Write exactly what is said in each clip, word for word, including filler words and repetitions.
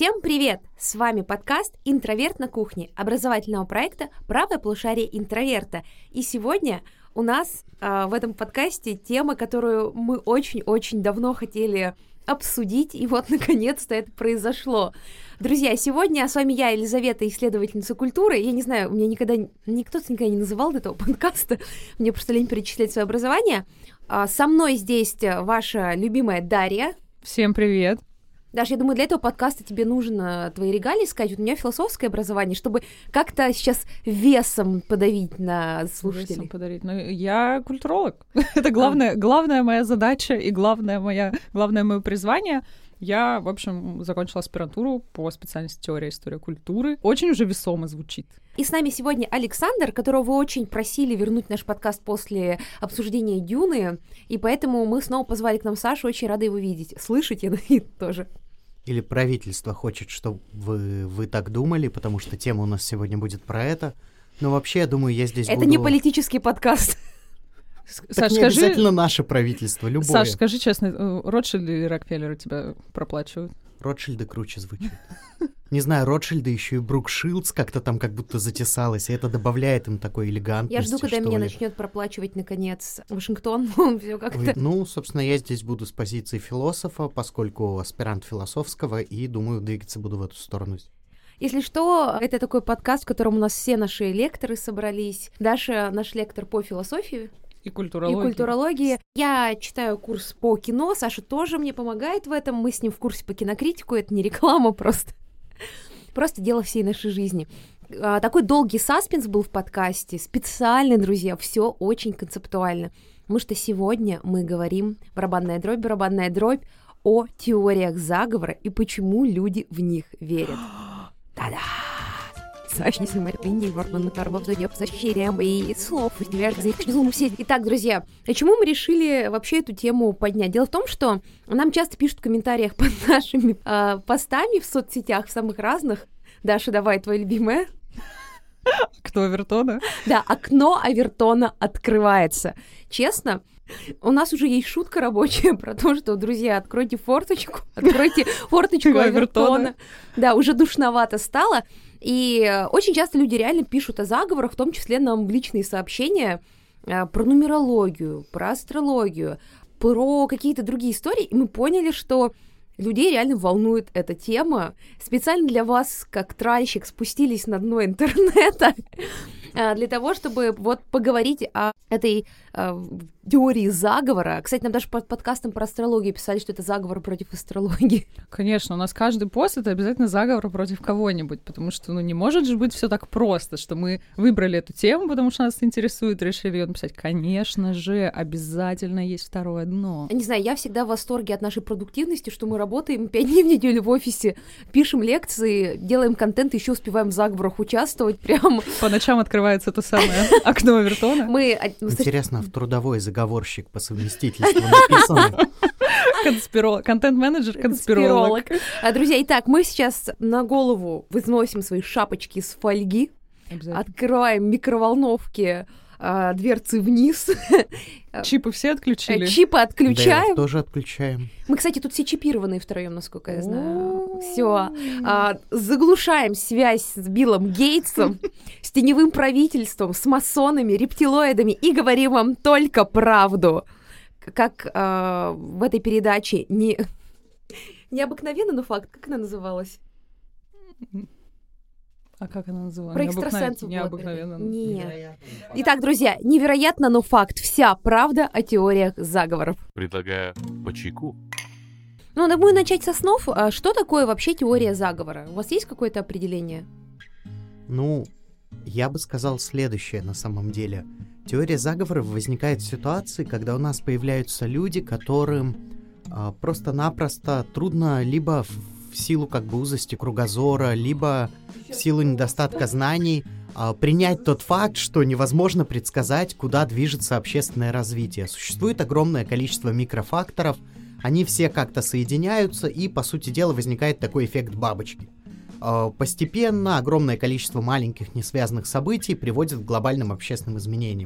Всем привет! С вами подкаст «Интроверт на кухне» образовательного проекта «Правое полушарие интроверта». И сегодня у нас э, в этом подкасте тема, которую мы очень-очень давно хотели обсудить, и вот наконец-то это произошло. Друзья, сегодня с вами я, Елизавета, исследовательница культуры. Я не знаю, у меня никогда никто никогда не называл этого подкаста, мне просто лень перечислять свое образование. А, со мной здесь ваша любимая Дарья. Всем привет. Даша, я думаю, для этого подкаста тебе нужно твои регалии сказать. Вот у меня философское образование, чтобы как-то сейчас весом подавить на слушателей. Весом подарить. Ну, я культуролог. Это главная, а. главная моя задача и главное, моя, главное мое призвание. Я, в общем, закончила аспирантуру по специальности теория и история культуры. Очень уже весомо звучит. И с нами сегодня Александр, которого вы очень просили вернуть наш подкаст после обсуждения Дюны, и поэтому мы снова позвали к нам Сашу, очень рады его видеть. Слышите, и тоже. Или правительство хочет, чтобы вы, вы так думали, потому что тема у нас сегодня будет про это. Но вообще, я думаю, я здесь это буду... не политический подкаст. Так Саш, не скажи... обязательно наше правительство, любое. Саш, скажи честно, Ротшильды или Рокфеллеры тебя проплачивают? Ротшильды круче звучит. Не знаю, Ротшильды еще и Брукшилдс как-то там как будто затесалось, и это добавляет им такой элегантности. Я жду, когда меня ли. начнет проплачивать, наконец, Вашингтон. Все как-то. Ой, ну, собственно, я здесь буду с позиции философа, поскольку аспирант философского, и, думаю, двигаться буду в эту сторону. Если что, это такой подкаст, в котором у нас все наши лекторы собрались. Даша наш лектор по философии. И культурологии. И культурологии. Я читаю курс по кино, Саша тоже мне помогает в этом. Мы с ним в курсе по кинокритику, это не реклама просто. Просто дело всей нашей жизни. А, такой долгий саспенс был в подкасте. Специально, друзья, все очень концептуально. Потому что сегодня мы говорим, барабанная дробь, барабанная дробь, о теориях заговора и почему люди в них верят. Та-да! Саша, не снимай пенди, Вортман, Макарбов, Зодиак, защищаем и слов, Итак, друзья, почему мы решили вообще эту тему поднять? Дело в том, что нам часто пишут в комментариях под нашими э, постами в соцсетях, в самых разных. Даша, давай, твоя любимая. Окно Авертона? Да, окно Авертона открывается. Честно, у нас уже есть шутка рабочая про то, что, друзья, откройте форточку, откройте форточку Авертона. Да, уже душновато стало. И очень часто люди реально пишут о заговорах, в том числе нам в личные сообщения про нумерологию, про астрологию, про какие-то другие истории. И мы поняли, что людей реально волнует эта тема. Специально для вас, как тральщик, спустились на дно интернета для того, чтобы вот поговорить о этой э, теории заговора. Кстати, нам даже под подкастом про астрологию писали, что это заговор против астрологии. Конечно, у нас каждый пост — это обязательно заговор против кого-нибудь, потому что, ну, не может же быть все так просто, что мы выбрали эту тему, потому что нас интересует, решили ее написать. Конечно же, обязательно есть второе дно. Не знаю, я всегда в восторге от нашей продуктивности, что мы работаем пять дней в неделю в офисе, пишем лекции, делаем контент, еще успеваем в заговорах участвовать прям. По ночам открывается то самое окно Авертона. Мы... Интересно, в трудовой заговорщик по совместительству написано. Конспиролог, контент-менеджер, конспиролог. А, друзья, итак, мы сейчас на голову возносим свои шапочки из фольги, открываем микроволновки, а, дверцы вниз. Чипы все отключили? Чипы отключаем. Да, тоже отключаем. Мы, кстати, тут все чипированные втроем, насколько я знаю. Все. А, заглушаем связь с Биллом Гейтсом, с теневым правительством, с масонами, рептилоидами и говорим вам только правду. Как а, в этой передаче не... необыкновенно, но факт. Как она называлась? А как она называлась? Про экстрасенсов. Необыкновенно. Нет. Итак, друзья, невероятно, но факт. Вся правда о теориях заговоров. Предлагаю по чайку. Ну, думаю, начать со снов. А что такое вообще теория заговора? У вас есть какое-то определение? Ну, я бы сказал следующее на самом деле. Теория заговоров возникает в ситуации, когда у нас появляются люди, которым а, просто-напросто трудно либо в, в силу как бы узости кругозора, либо в силу недостатка знаний а, принять тот факт, что невозможно предсказать, куда движется общественное развитие. Существует огромное количество микрофакторов, они все как-то соединяются, и, по сути дела, возникает такой эффект бабочки. Постепенно огромное количество маленьких несвязанных событий приводит к глобальным общественным изменениям.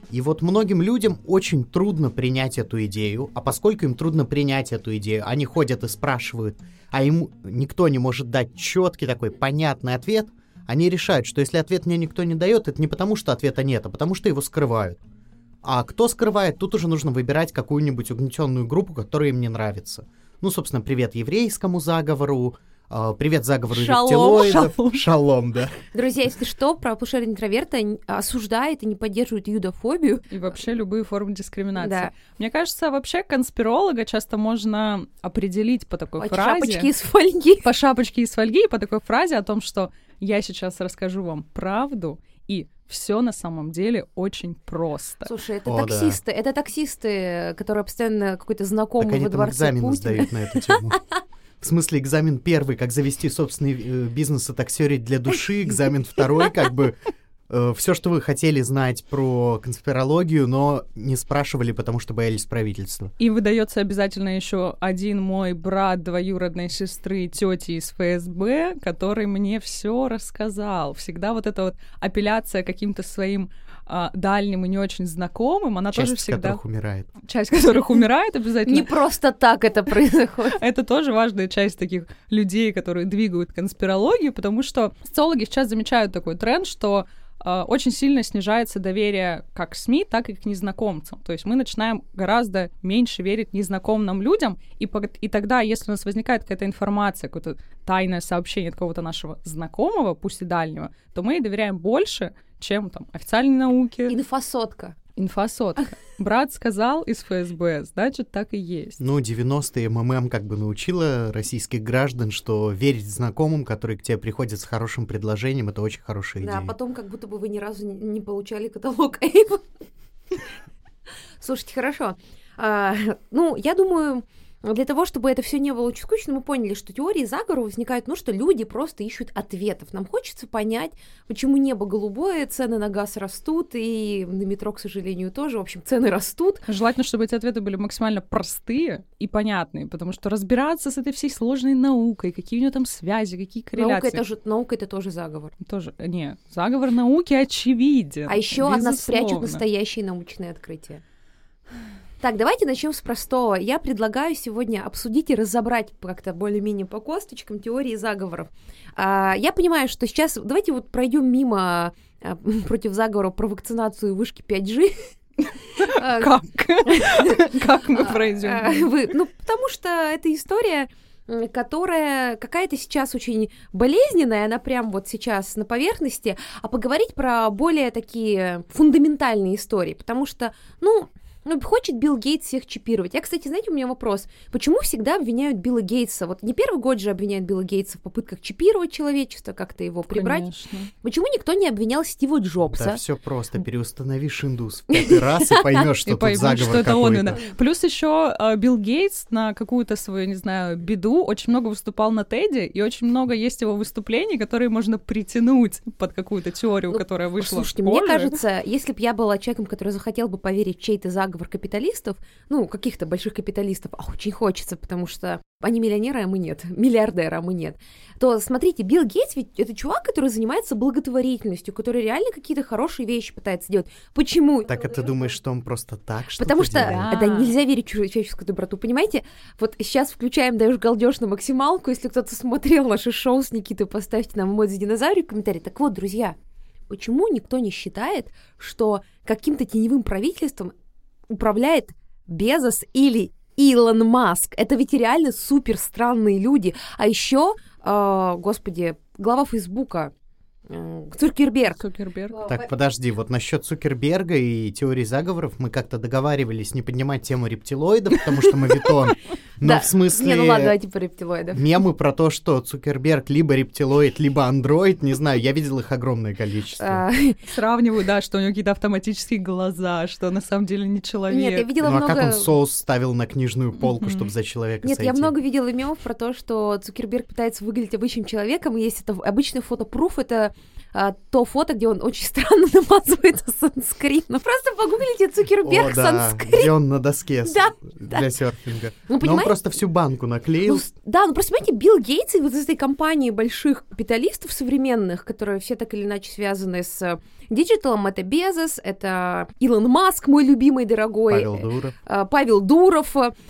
И вот многим людям очень трудно принять эту идею, а поскольку им трудно принять эту идею, они ходят и спрашивают, а им никто не может дать четкий такой понятный ответ, они решают, что если ответ мне никто не дает, это не потому, что ответа нет, а потому, что его скрывают. А кто скрывает, тут уже нужно выбирать какую-нибудь угнетенную группу, которая им не нравится. Ну, собственно, привет еврейскому заговору, э, привет заговору Шалом. рептилоидов. Шалом. Шалом, да. Друзья, если что, правопушеры интроверта осуждает и не поддерживает юдофобию. И вообще любые формы дискриминации. Да. Мне кажется, вообще конспиролога часто можно определить по такой От фразе. шапочки из фольги. По шапочке из фольги и по такой фразе о том, что я сейчас расскажу вам правду, и все на самом деле очень просто. Слушай, это О, таксисты, это таксисты, которые постоянно какой-то знакомый Так они во там дворце экзамены Путина. сдают на эту тему. В смысле, экзамен первый, как завести собственный э, бизнес и таксерить для души, экзамен второй, как бы э, все, что вы хотели знать про конспирологию, но не спрашивали, потому что боялись правительства. И выдается обязательно еще один мой брат двоюродной сестры, тети из эф эс бэ, который мне все рассказал. Всегда вот эта вот апелляция к каким-то своим а, дальним и не очень знакомым, она Часть тоже из всегда... которых умирает. Часть которых умирает обязательно. Не просто так это происходит. Это тоже важная часть таких людей, которые двигают конспирологию, потому что социологи сейчас замечают такой тренд, что э, очень сильно снижается доверие как к СМИ, так и к незнакомцам. То есть мы начинаем гораздо меньше верить незнакомым людям, и, по- и тогда, если у нас возникает какая-то информация, какое-то тайное сообщение от какого-то нашего знакомого, пусть и дальнего, то мы ей доверяем больше, чем там официальной науке. Инфосотка. Инфосотка. Брат сказал из эф эс бэ, значит, так и есть. Ну, девяностые МММ как бы научила российских граждан, что верить знакомым, которые к тебе приходят с хорошим предложением, это очень хорошая идея. Да, а потом как будто бы вы ни разу не, не получали каталог Эйва. Слушайте, хорошо. А, ну, я думаю, для того, чтобы это все не было очень скучно, мы поняли, что теории заговора возникают, ну, что люди просто ищут ответов. Нам хочется понять, почему небо голубое, цены на газ растут, и на метро, к сожалению, тоже. В общем, цены растут. Желательно, чтобы эти ответы были максимально простые и понятные, потому что разбираться с этой всей сложной наукой, какие у нее там связи, какие корреляции... Наука это, же, наука это тоже заговор. Тоже, не, заговор науки очевиден. А еще от нас прячут безусловно. настоящие научные открытия. Так, давайте начнем с простого. Я предлагаю сегодня обсудить и разобрать как-то более-менее по косточкам теории заговоров. А, я понимаю, что сейчас... Давайте вот пройдем мимо а, против заговора про вакцинацию вышки пять джи. Как? Как мы пройдем? Вы, ну, потому что это история, которая какая-то сейчас очень болезненная, она прям вот сейчас на поверхности, а поговорить про более такие фундаментальные истории, потому что, ну... Ну, хочет Билл Гейтс всех чипировать. Я, кстати, знаете, у меня вопрос. Почему всегда обвиняют Билла Гейтса? Вот не первый год же обвиняют Билла Гейтса в попытках чипировать человечество, как-то его прибрать. Конечно. Почему никто не обвинял Стива Джобса? Да все просто. Переустанови Шиндус в пятый раз и поймешь, что И тут поймешь, заговор что это он. какой-то. именно. Плюс еще э, Билл Гейтс на какую-то свою, не знаю, беду очень много выступал на Теди, и очень много есть его выступлений, которые можно притянуть под какую-то теорию, Ну, которая вышла Слушайте, позже. мне кажется, если бы я была человеком, который захотел бы поверить в чей-то заговор капиталистов, ну, каких-то больших капиталистов, а очень хочется, потому что они миллионеры, а мы нет, миллиардеры, а мы нет, то, смотрите, Билл Гейтс ведь это чувак, который занимается благотворительностью, который реально какие-то хорошие вещи пытается делать. Почему? Так, а ты думаешь, что он просто так что-то Потому что делает? да, нельзя верить в человеческую доброту, понимаете? Вот сейчас включаем «Даешь галдеж» на максималку. Если кто-то смотрел наше шоу с Никитой, поставьте нам эмодзи динозаврик в комментарии. Так вот, друзья, почему никто не считает, что каким-то теневым правительством управляет Безос или Илон Маск? Это ведь реально супер странные люди. А еще, э, господи, глава Фейсбука, э, Цукерберг. Цукерберг. Так, подожди, вот насчет Цукерберга и теории заговоров мы как-то договаривались не поднимать тему рептилоидов, потому что мавитон. Но Да. в смысле... Не, ну ладно, давайте по рептилоидам. Мемы про то, что Цукерберг либо рептилоид, либо андроид, не знаю, я видел их огромное количество. А, Сравниваю, да, что у него какие-то автоматические глаза, что на самом деле не человек. Нет, я видела Ну а много... как он соус ставил на книжную полку, Мгм. чтобы за человека Нет, сойти? я много видела мемов про то, что Цукерберг пытается выглядеть обычным человеком, и есть это обычный фотопруф, это а, то фото, где он очень странно намазывается санскрином. Просто погуглите Цукерберг О, да, санскрин. где он на доске с- Да, для серфинга. Ну, Но он понимаете? просто всю банку наклеил. Ну, с- да, ну просто понимаете, Билл Гейтс и вот из этой компании больших капиталистов современных, которые все так или иначе связаны с Диджиталом это Безос, это Илон Маск, мой любимый, дорогой. Павел Дуров. Павел Дуров.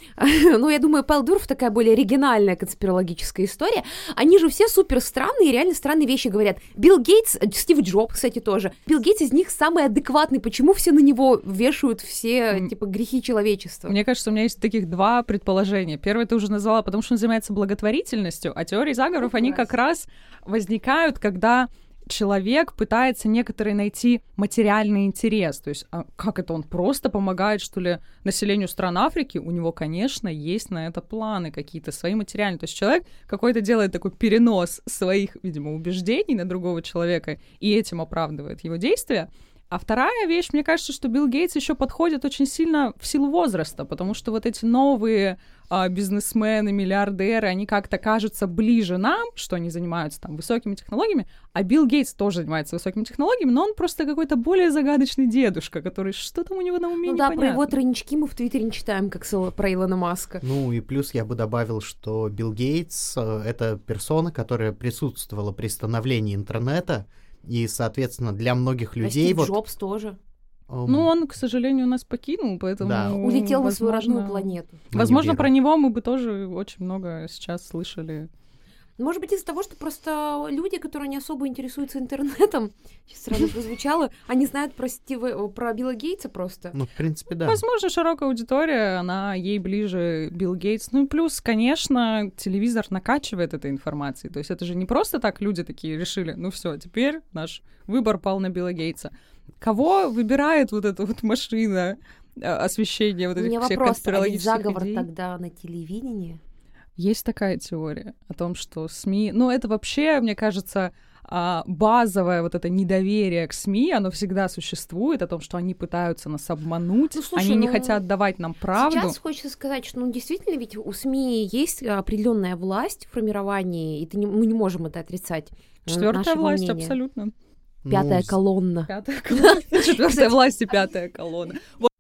Ну, я думаю, Павел Дуров такая более оригинальная конспирологическая история. Они же все супер странные, реально странные вещи говорят. Билл Гейтс, Стив Джобс, кстати, тоже. Билл Гейтс из них самый адекватный. Почему все на него вешают все, mm. типа, грехи человечества? Мне кажется, у меня есть таких два предположения. Первое ты уже назвала, потому что он занимается благотворительностью, а теории заговоров, ну, они как раз возникают, когда человек пытается некоторый найти материальный интерес. То есть, а как это он просто помогает, что ли, населению стран Африки? У него, конечно, есть на это планы какие-то свои материальные. То есть человек какой-то делает такой перенос своих, видимо, убеждений на другого человека и этим оправдывает его действия. А вторая вещь, мне кажется, что Билл Гейтс еще подходит очень сильно в силу возраста, потому что вот эти новые а, бизнесмены, миллиардеры, они как-то кажутся ближе нам, что они занимаются там высокими технологиями, а Билл Гейтс тоже занимается высокими технологиями, но он просто какой-то более загадочный дедушка, который что там у него на уме, ну непонятно. Да, про его тройнички мы в Твиттере не читаем, как про Илона Маска. Ну и плюс я бы добавил, что Билл Гейтс — это персона, которая присутствовала при становлении интернета, и, соответственно, для многих людей... А Стив вот, Джобс тоже. Um... Ну, он, к сожалению, нас покинул, поэтому... Да. Улетел возможно... на свою родную планету. Возможно, про него мы бы тоже очень много сейчас слышали. Может быть, из-за того, что просто люди, которые не особо интересуются интернетом, сейчас сразу прозвучало, они знают про, Стива, про Билла Гейтса просто. Ну, в принципе, да. Возможно, широкая аудитория, она ей ближе Билл Гейтс. Ну и плюс, конечно, телевизор накачивает этой информацией. То есть это же не просто так люди такие решили, ну все, теперь наш выбор пал на Билла Гейтса. Кого выбирает вот эта вот машина освещения вот этих всех конспирологических идей? У меня вопрос, а ведь заговор тогда на телевидении? Есть такая теория о том, что СМИ... Ну, это вообще, мне кажется, базовое вот это недоверие к СМИ, оно всегда существует, о том, что они пытаются нас обмануть, ну, слушай, они ну, не хотят давать нам правду. Сейчас хочется сказать, что, ну, действительно, ведь у СМИ есть определенная власть в формировании, и ты не, мы не можем это отрицать. Четвертая власть, мнения. Абсолютно. Пятая ну, колонна. Пятая колонна. Четвертая власть и пятая колонна.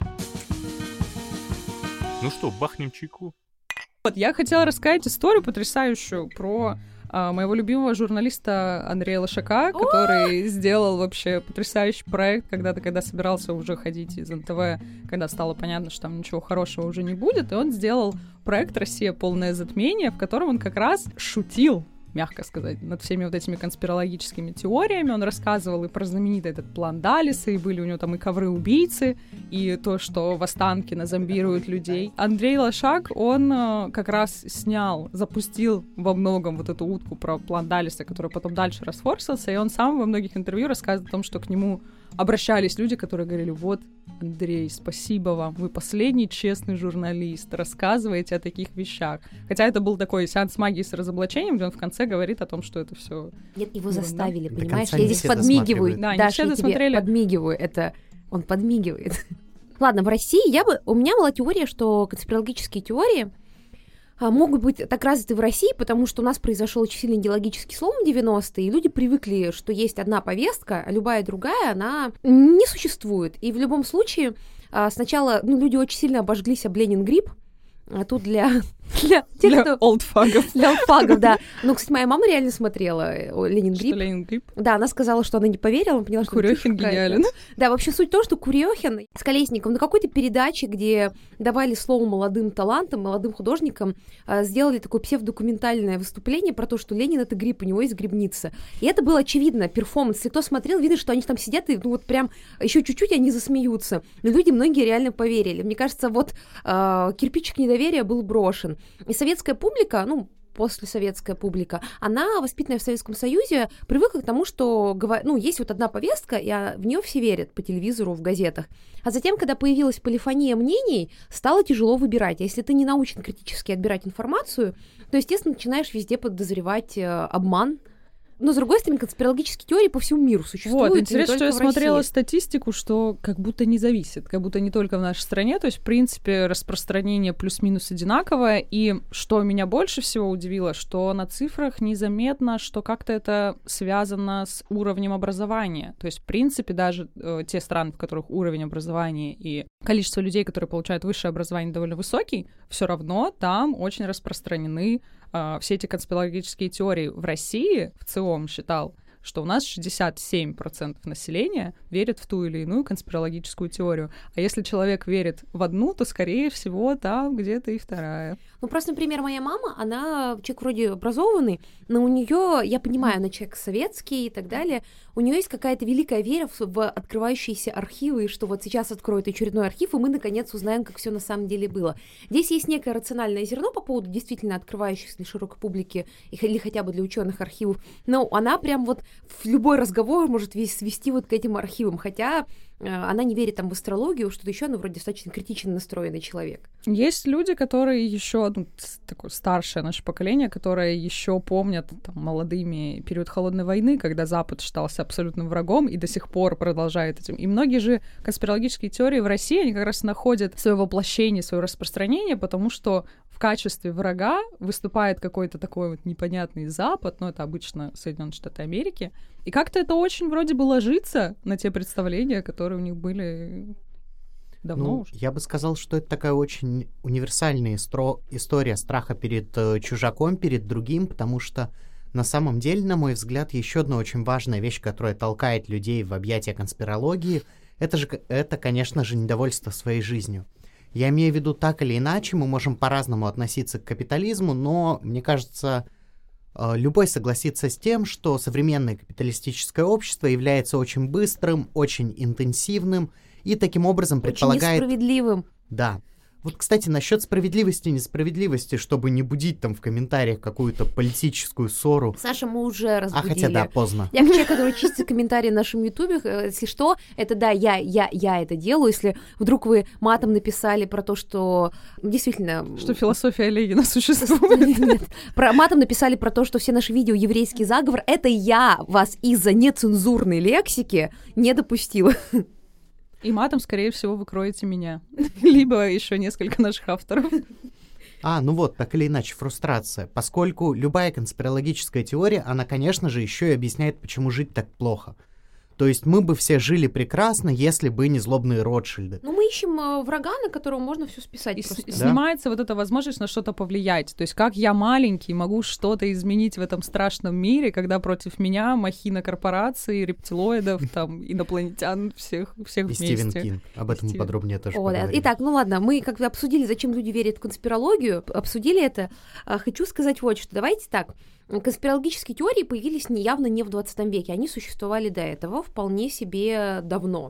Ну что, бахнем чайку? Вот, я хотела рассказать историю потрясающую про а, моего любимого журналиста Андрея Лошака, который сделал вообще потрясающий проект когда-то, когда собирался уже ходить из эн тэ вэ, когда стало понятно, что там ничего хорошего уже не будет, и он сделал проект «Россия. Полное затмение», в котором он как раз шутил, мягко сказать, над всеми вот этими конспирологическими теориями. Он рассказывал и про знаменитый этот план Даллеса, и были у него там и ковры-убийцы, и то, что в Останкино зомбируют людей. Андрей Лошак, он э, как раз снял, запустил во многом вот эту утку про план Даллеса, который потом дальше расфорсился, и он сам во многих интервью рассказывает о том, что к нему обращались люди, которые говорили: вот, Андрей, спасибо вам, вы последний честный журналист, рассказываете о таких вещах. Хотя это был такой сеанс магии с разоблачением, где он в конце говорит о том, что это все. Нет, его заставили, До понимаешь? конца Я не здесь все подмигиваю. Да, не Даша, все я досмотрели. тебе подмигиваю. Это он подмигивает. Ладно, в России я бы... У меня была теория, что конспирологические теории могут быть так развиты в России, потому что у нас произошел очень сильный идеологический слом в девяностые, и люди привыкли, что есть одна повестка, а любая другая, она не существует. И в любом случае сначала ну, люди очень сильно обожглись об Ленин-грипп, а тут для, для тех, для кто... олдфагов. Для олдфагов, да. Ну, кстати, моя мама реально смотрела Ленин-грипп. Что Ленин-грипп? Да, она сказала, что она не поверила, поняла, что... Курехин гениален. Да, вообще суть в том, что Курехин с Колесником на какой-то передаче, где давали слово молодым талантам, молодым художникам, сделали такое псевдокументальное выступление про то, что Ленин — это гриб, у него есть грибница. И это было очевидно, перформанс. Если кто смотрел, видно, что они там сидят, и ну вот прям еще чуть-чуть они засмеются. Но люди, многие реально поверили. Мне кажется, вот э, кирпичик недоверия был брошен. И советская публика, ну, послесоветская публика, она, воспитанная в Советском Союзе, привыкла к тому, что ну, есть вот одна повестка, и в нее все верят по телевизору, в газетах. А затем, когда появилась полифония мнений, стало тяжело выбирать. А если ты не научен критически отбирать информацию, то, естественно, начинаешь везде подозревать обман. Но, с другой стороны, конспирологические теории по всему миру существуют. Вот, интересно, что я смотрела России. Статистику, что как будто не зависит, как будто не только в нашей стране, то есть, в принципе, распространение плюс-минус одинаковое, и что меня больше всего удивило, что на цифрах незаметно, что как-то это связано с уровнем образования, то есть, в принципе, даже э, те страны, в которых уровень образования и количество людей, которые получают высшее образование, довольно высокий, все равно там очень распространены все эти конспирологические теории. В России в ЦИОМ считал, что у нас шестьдесят семь процентов населения верит в ту или иную конспирологическую теорию. А если человек верит в одну, то, скорее всего, там где-то и вторая. Ну, просто, например, моя мама, она человек вроде образованный, но у нее, я понимаю, она человек советский и так далее, у нее есть какая-то великая вера в, в открывающиеся архивы, и что вот сейчас откроют очередной архив, и мы, наконец, узнаем, как все на самом деле было. Здесь есть некое рациональное зерно по поводу действительно открывающихся для широкой публики или хотя бы для ученых архивов, но она прям вот в любой разговор может свести вот к этим архивам, хотя э, она не верит там в астрологию, что-то еще, но вроде достаточно критично настроенный человек. Есть люди, которые еще, ну, такое старшее наше поколение, которые еще помнят там, молодыми период Холодной войны, когда Запад считался абсолютным врагом и до сих пор продолжает этим. И многие же конспирологические теории в России, они как раз находят свое воплощение, свое распространение, потому что в качестве врага выступает какой-то такой вот непонятный Запад, но это обычно Соединенные Штаты Америки, и как-то это очень вроде бы ложится на те представления, которые у них были давно ну, уже. Я бы сказал, что это такая очень универсальная истро- история страха перед э, чужаком, перед другим, потому что на самом деле, на мой взгляд, еще одна очень важная вещь, которая толкает людей в объятия конспирологии, это же, это, конечно же, недовольство своей жизнью. Я имею в виду, так или иначе, мы можем по-разному относиться к капитализму, но, мне кажется, любой согласится с тем, что современное капиталистическое общество является очень быстрым, очень интенсивным и таким образом предполагает... Очень несправедливым. Да. Вот, кстати, насчет справедливости и несправедливости, чтобы не будить там в комментариях какую-то политическую ссору. Саша, мы уже разбудили. А хотя да, поздно. Я как человек, который чистит комментарии на нашем ютубе, если что, это да, я, я, я это делаю. Если вдруг вы матом написали про то, что действительно... Что философия Ленина существует. Нет, про матом написали про то, что все наши видео «Еврейский заговор», это я вас из-за нецензурной лексики не допустила. И матом, скорее всего, вы кроете меня. Либо еще несколько наших авторов. А, ну вот, так или иначе, фрустрация. Поскольку любая конспирологическая теория, она, конечно же, еще и объясняет, почему жить так плохо. То есть мы бы все жили прекрасно, если бы не злобные Ротшильды. Ну, мы ищем э, врага, на которого можно все списать. И просто. с- снимается вот эта возможность на что-то повлиять. То есть как я маленький могу что-то изменить в этом страшном мире, когда против меня махина корпораций, рептилоидов, там, инопланетян, всех, всех И вместе. Стивен Кинг. Об этом Стивен. подробнее тоже О, да. поговорим. Итак, ну ладно, мы как бы обсудили, зачем люди верят в конспирологию, обсудили это. А, хочу сказать вот что. Давайте так. Конспирологические теории появились не, явно не в двадцатом веке, они существовали до этого вполне себе давно.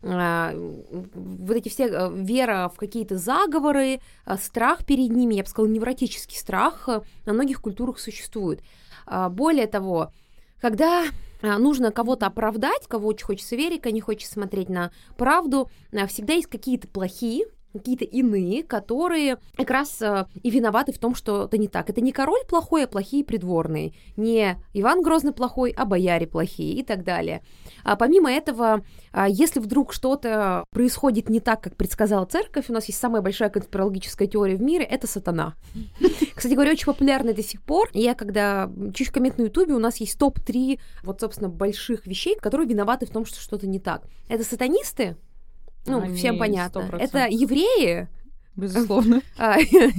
А, вот эти все а, вера в какие-то заговоры, а, страх перед ними, я бы сказала, невротический страх а, на многих культурах существует. А, более того, когда а, нужно кого-то оправдать, кого очень хочется верить, кого не хочется смотреть на правду, а, всегда есть какие-то плохие, какие-то иные, которые как раз э, и виноваты в том, что это не так. Это не король плохой, а плохие придворные. Не Иван Грозный плохой, а бояре плохие и так далее. А помимо этого, а, если вдруг что-то происходит не так, как предсказала церковь, у нас есть самая большая конспирологическая теория в мире — это сатана. Кстати говоря, очень популярна до сих пор. Я когда чуть коммент на ютубе, у нас есть топ три вот, собственно, больших вещей, которые виноваты в том, что что-то не так. Это сатанисты. Ну, Они всем понятно. сто процентов. Это евреи. Безусловно. а,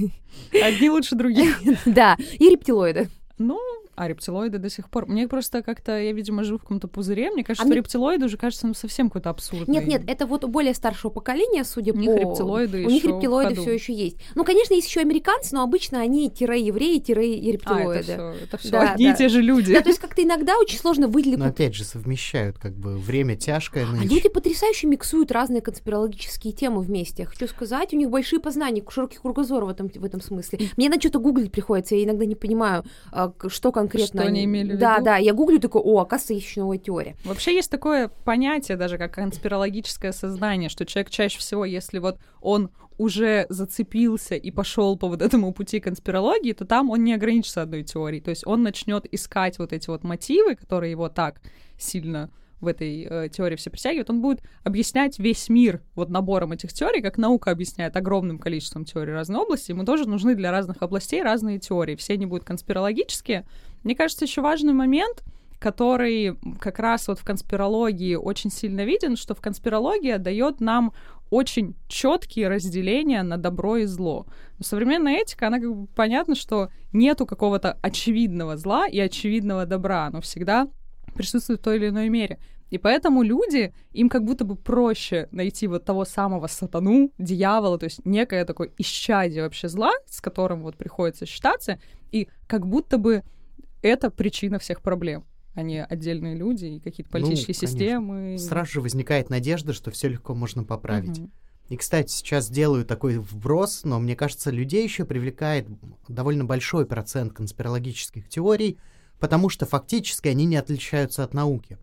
Одни лучше других. Да, и рептилоиды. Ну, а рептилоиды до сих пор... Мне просто как-то, я, видимо, живу в каком-то пузыре. Мне кажется, А что мне- рептилоиды уже кажется ну, совсем какой-то абсурдный. Нет, нет, это вот у более старшего поколения, судя У по... них рептилоиды У них ещё в рептилоиды ходу. все еще есть. Ну, конечно, есть еще американцы, но обычно они тире-евреи, А, тире-рептилоиды. это все, это все Да, одни да. и те же люди. Да, то есть как-то иногда очень сложно выделить. Но опять же совмещают, как бы, время тяжкое А нынче. люди потрясающе миксуют разные конспирологические темы вместе. Я хочу сказать, у них большие познания, широкий кругозор в этом, в этом смысле. Мне на что-то гуглить приходится, я иногда не понимаю, а, к- что конкретно... Что они имели в Да, виду? да, я гуглю, такой, о, оказывается, есть еще новая теория. Вообще есть такое понятие даже, как конспирологическое сознание, что человек чаще всего, если вот он уже зацепился и пошел по вот этому пути конспирологии, то там он не ограничится одной теорией. То есть он начнет искать вот эти вот мотивы, которые его так сильно в этой э, теории все притягивают, он будет объяснять весь мир вот набором этих теорий, как наука объясняет огромным количеством теорий разной области. Ему тоже нужны для разных областей разные теории. Все они будут конспирологические. Мне кажется, еще важный момент, который как раз вот в конспирологии очень сильно виден, что в конспирология дает нам очень четкие разделения на добро и зло. Но современная этика, она как бы понятно, что нету какого-то очевидного зла и очевидного добра. Оно всегда присутствует в той или иной мере. И поэтому люди, им как будто бы проще найти вот того самого сатану, дьявола, то есть некое такое исчадие вообще зла, с которым вот приходится считаться, и как будто бы это причина всех проблем, а не отдельные люди и какие-то политические ну, системы. Сразу же возникает надежда, что все легко можно поправить. Угу. И, кстати, сейчас делаю такой вброс, но мне кажется, людей еще привлекает довольно большой процент конспирологических теорий, потому что фактически они не отличаются от науки.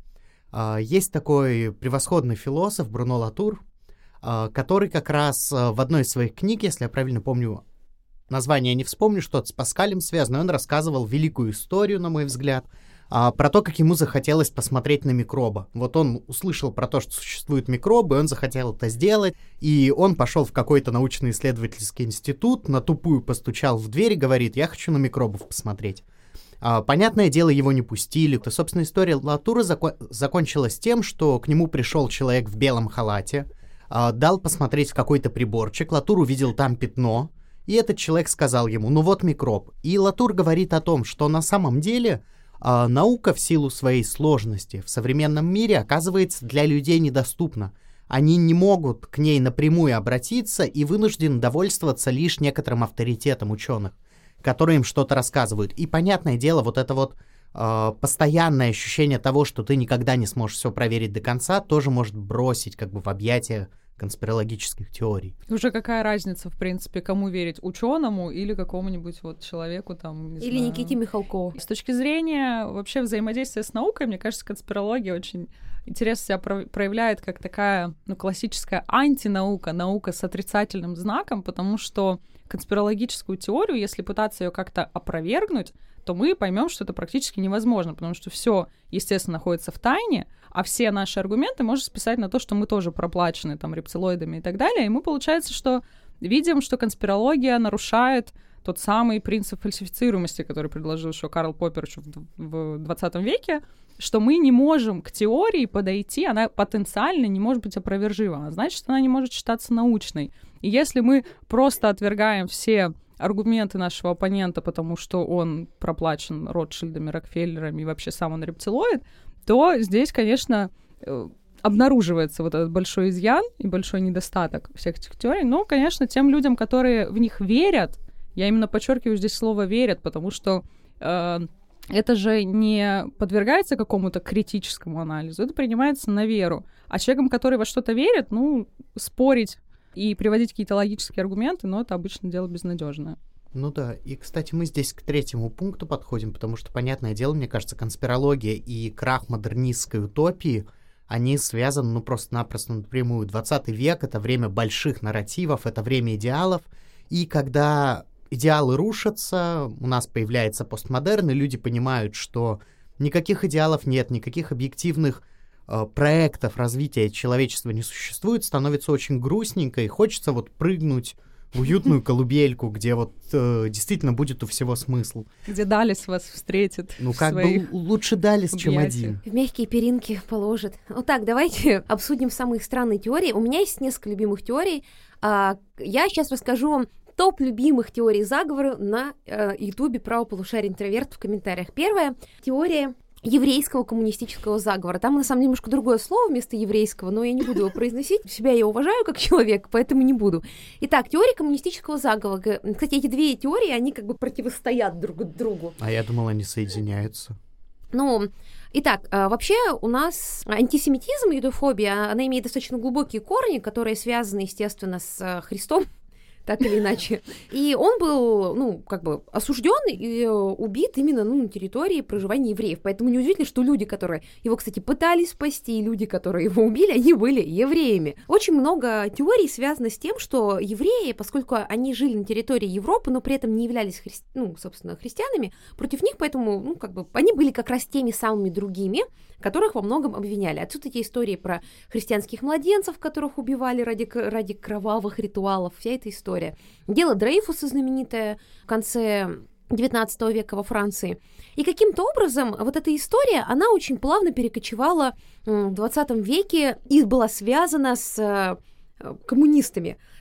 Есть такой превосходный философ Бруно Латур, который как раз в одной из своих книг, если я правильно помню, название не вспомню, что-то с Паскалем связано, он рассказывал великую историю, на мой взгляд, про то, как ему захотелось посмотреть на микроба. Вот он услышал про то, что существуют микробы, он захотел это сделать, и он пошел в какой-то научно-исследовательский институт, на тупую постучал в дверь и говорит: «Я хочу на микробов посмотреть». А, понятное дело, его не пустили. То, собственно, история Латура зако- закончилась тем, что к нему пришел человек в белом халате, а, дал посмотреть в какой-то приборчик, Латур увидел там пятно, и этот человек сказал ему: ну вот микроб. И Латур говорит о том, что на самом деле а, наука в силу своей сложности в современном мире оказывается для людей недоступна. Они не могут к ней напрямую обратиться и вынуждены довольствоваться лишь некоторым авторитетом ученых, которые им что-то рассказывают. И, понятное дело, вот это вот э, постоянное ощущение того, что ты никогда не сможешь все проверить до конца, тоже может бросить как бы в объятия конспирологических теорий. Уже какая разница, в принципе, кому верить, ученому или какому-нибудь вот человеку там, не или знаю. Никите Михалкову. С точки зрения вообще взаимодействия с наукой, мне кажется, конспирология очень интересно себя проявляет как такая, ну, классическая антинаука, наука с отрицательным знаком, потому что конспирологическую теорию, если пытаться ее как-то опровергнуть, то мы поймем, что это практически невозможно, потому что все, естественно, находится в тайне, а все наши аргументы можно списать на то, что мы тоже проплачены там рептилоидами и так далее, и мы, получается, что видим, что конспирология нарушает тот самый принцип фальсифицируемости, который предложил еще Карл Поппер еще в двадцатом веке, что мы не можем к теории подойти, она потенциально не может быть опровержима, а значит, она не может считаться научной. И если мы просто отвергаем все аргументы нашего оппонента, потому что он проплачен Ротшильдами, Рокфеллерами и вообще сам он рептилоид, то здесь, конечно, обнаруживается вот этот большой изъян и большой недостаток всех этих теорий. Но, конечно, тем людям, которые в них верят, я именно подчеркиваю здесь слово «верят», потому что э, это же не подвергается какому-то критическому анализу, это принимается на веру. А человеком, который во что-то верит, ну, спорить и приводить какие-то логические аргументы, но это обычно дело безнадежное. Ну да, и, кстати, мы здесь к третьему пункту подходим, потому что, понятное дело, мне кажется, конспирология и крах модернистской утопии, они связаны, ну, просто-напросто напрямую. двадцатый век — это время больших нарративов, это время идеалов, и когда идеалы рушатся, у нас появляется постмодерн, и люди понимают, что никаких идеалов нет, никаких объективных э, проектов развития человечества не существует, становится очень грустненько, и хочется вот прыгнуть в уютную колыбельку, где вот э, действительно будет у всего смысл. Где Далис вас встретит. Ну, как бы лучше Далис, чем один. В мягкие перинки положит. Вот так, давайте обсудим самые странные теории. У меня есть несколько любимых теорий. А, я сейчас расскажу вам топ любимых теорий заговора на Ютубе э, «Право полушария интроверт» в комментариях. Первая теория еврейского коммунистического заговора. Там, на самом деле, немножко другое слово вместо еврейского, но я не буду его произносить. Себя я уважаю как человек, поэтому не буду. Итак, теория коммунистического заговора. Кстати, эти две теории, они как бы противостоят друг другу. А я думал, они соединяются. Ну, итак, вообще у нас антисемитизм, юдофобия, она имеет достаточно глубокие корни, которые связаны, естественно, с Христом, так или иначе. И он был, ну, как бы осужден и убит именно, ну, на территории проживания евреев. Поэтому неудивительно, что люди, которые его, кстати, пытались спасти, и люди, которые его убили, они были евреями. Очень много теорий связано с тем, что евреи, поскольку они жили на территории Европы, но при этом не являлись, хри... ну, собственно, христианами, против них, поэтому, ну, как бы, они были как раз теми самыми другими, которых во многом обвиняли. Отсюда эти истории про христианских младенцев, которых убивали ради, ради кровавых ритуалов, вся эта история. Дело Дрейфуса знаменитое в конце девятнадцатого века во Франции. И каким-то образом вот эта история, она очень плавно перекочевала в двадцатом веке и была связана с коммунистами.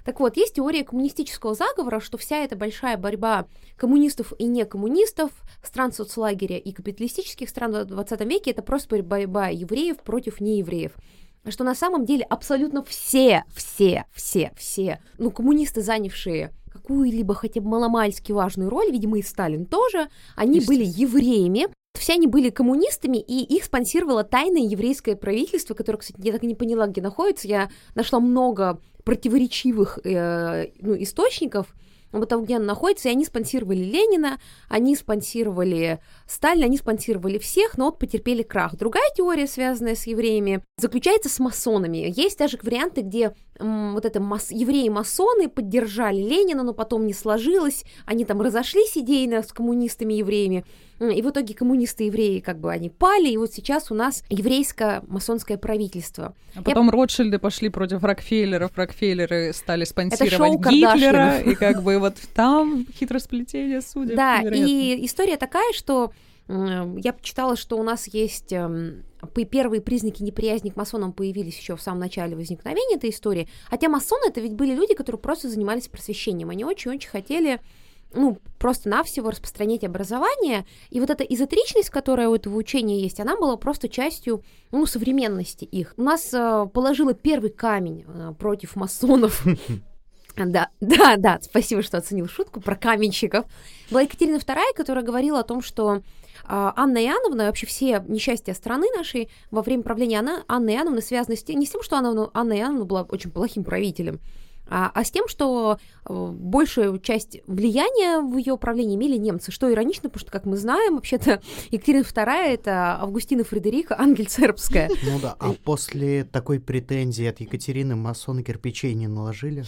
Так вот, есть теория коммунистического заговора, что вся эта большая борьба коммунистов и некоммунистов, стран соцлагеря и капиталистических стран в двадцатом веке — это просто борьба евреев против неевреев. Что на самом деле абсолютно все, все, все, все, ну, коммунисты, занявшие какую-либо хотя бы маломальски важную роль, видимо, и Сталин тоже, они были евреями. Все они были коммунистами, и их спонсировало тайное еврейское правительство, которое, кстати, я так и не поняла, где находится. Я нашла много противоречивых э, ну, источников об этом, где оно находится, и они спонсировали Ленина, они спонсировали Сталина, они спонсировали всех, но вот потерпели крах. Другая теория, связанная с евреями, заключается с масонами. Есть даже варианты, где м, вот это мас- евреи-масоны поддержали Ленина, но потом не сложилось, они там разошлись идейно с коммунистами-евреями, и в итоге коммунисты-евреи как бы они пали, и вот сейчас у нас еврейско-масонское правительство. А потом Я... Ротшильды пошли против Рокфеллеров, Рокфеллеры стали спонсировать шоу Гитлера, Кардашьянов. и как бы вот там хитросплетение судеб. Да, невероятно. и история такая, что э, я почитала, что у нас есть э, первые признаки неприязни к масонам появились еще в самом начале возникновения этой истории, хотя масоны это ведь были люди, которые просто занимались просвещением, они очень-очень хотели ну, просто-навсего распространять образование, и вот эта эзотеричность, которая у этого учения есть, она была просто частью, ну, современности их. У нас э, положила первый камень э, против масонов. Да, да, да, спасибо, что оценил шутку про каменщиков. Была Екатерина вторая, которая говорила о том, что Анна Иоанновна, вообще все несчастья страны нашей во время правления Анна, Анны Иоанновны связаны с тем, не с тем, что Анна, Анна Иоанновна была очень плохим правителем, а, а с тем, что большую часть влияния в ее правлении имели немцы, что иронично, потому что, как мы знаем, вообще-то Екатерина вторая — это Августина Фредерика Ангельцербская. Ну да, а после такой претензии от Екатерины масоны кирпичей не наложили?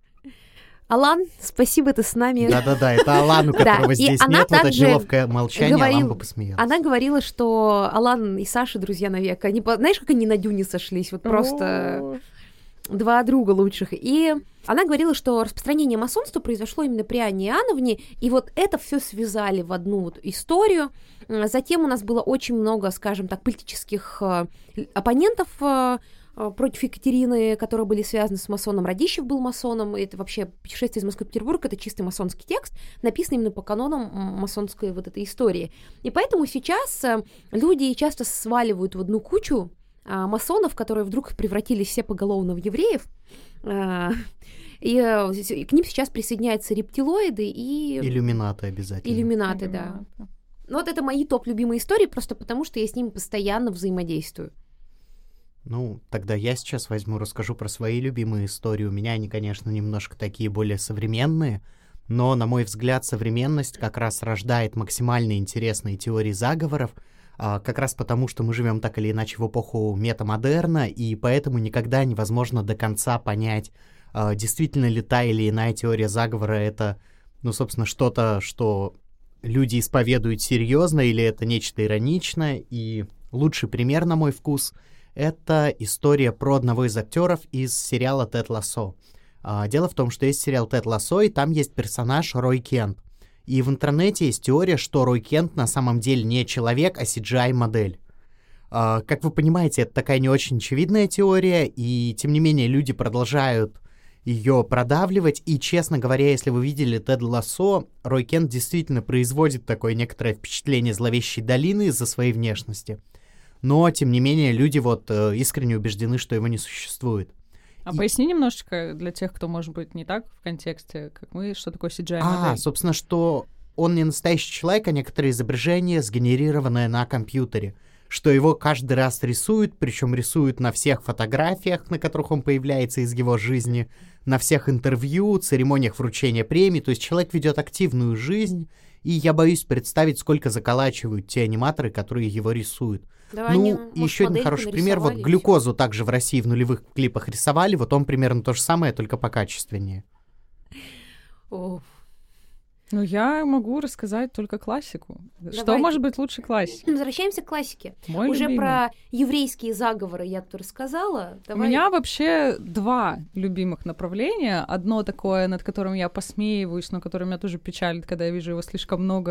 Алан, спасибо, ты с нами. Да-да-да, это Алан, у которого Да, здесь она нет, вот это также неловкое молчание, говорил- Алан бы посмеялся. Она говорила, что Алан и Саша друзья навек. Они, по- знаешь, как они на дюне сошлись? Вот просто два друга лучших. И она говорила, что распространение масонства произошло именно при Анне Иоанновне, и вот это все связали в одну вот историю. Затем у нас было очень много, скажем так, политических э, оппонентов э, против Екатерины, которые были связаны с масоном. Радищев был масоном, и это вообще «Путешествие из Москвы в Петербург» — это чистый масонский текст, написанный именно по канонам масонской вот этой истории. И поэтому сейчас э, люди часто сваливают в одну кучу э, масонов, которые вдруг превратились все поголовно в евреев, э, и, э, и к ним сейчас присоединяются рептилоиды и... Иллюминаты обязательно. Иллюминаты, да. Ну вот это мои топ-любимые истории, просто потому что я с ними постоянно взаимодействую. Ну, тогда я сейчас возьму, расскажу про свои любимые истории. У меня они, конечно, немножко такие более современные, но, на мой взгляд, современность как раз рождает максимально интересные теории заговоров, а, как раз потому, что мы живем так или иначе в эпоху метамодерна, и поэтому никогда невозможно до конца понять, а, действительно ли та или иная теория заговора — это, ну, собственно, что-то, что люди исповедуют серьезно, или это нечто ироничное. И лучший пример, на мой вкус, это история про одного из актеров из сериала «Тед Лассо». А, дело в том, что есть сериал «Тед Лассо», и там есть персонаж Рой Кент. И в интернете есть теория, что Рой Кент на самом деле не человек, а си джи ай-модель. А, как вы понимаете, это такая не очень очевидная теория, и тем не менее люди продолжают ее продавливать. И, честно говоря, если вы видели «Тед Лассо», Рой Кент действительно производит такое некоторое впечатление зловещей долины из-за своей внешности. Но, тем не менее, люди вот э, искренне убеждены, что его не существует. А И- поясни немножечко для тех, кто, может быть, не так в контексте, как мы, что такое си джи ай-модель. А, собственно, что он не настоящий человек, а некоторое изображение, сгенерированное на компьютере. Что его каждый раз рисуют, причем рисуют на всех фотографиях, на которых он появляется из его жизни, на всех интервью, церемониях вручения премий. То есть человек ведет активную жизнь, и я боюсь представить, сколько заколачивают те аниматоры, которые его рисуют. Давай они, Ну, может, и еще один модельку хороший пример. Вот нарисовали, и глюкозу также в России в нулевых клипах рисовали. Вот он примерно то же самое, только покачественнее. всё. О, Ну, я могу рассказать только классику. Что Давай. может быть лучше классики? Возвращаемся к классике. Мой Уже любимый. про еврейские заговоры я тут рассказала. У Давай. меня вообще два любимых направления. Одно такое, над которым я посмеиваюсь, но которое меня тоже печалит, когда я вижу его слишком много в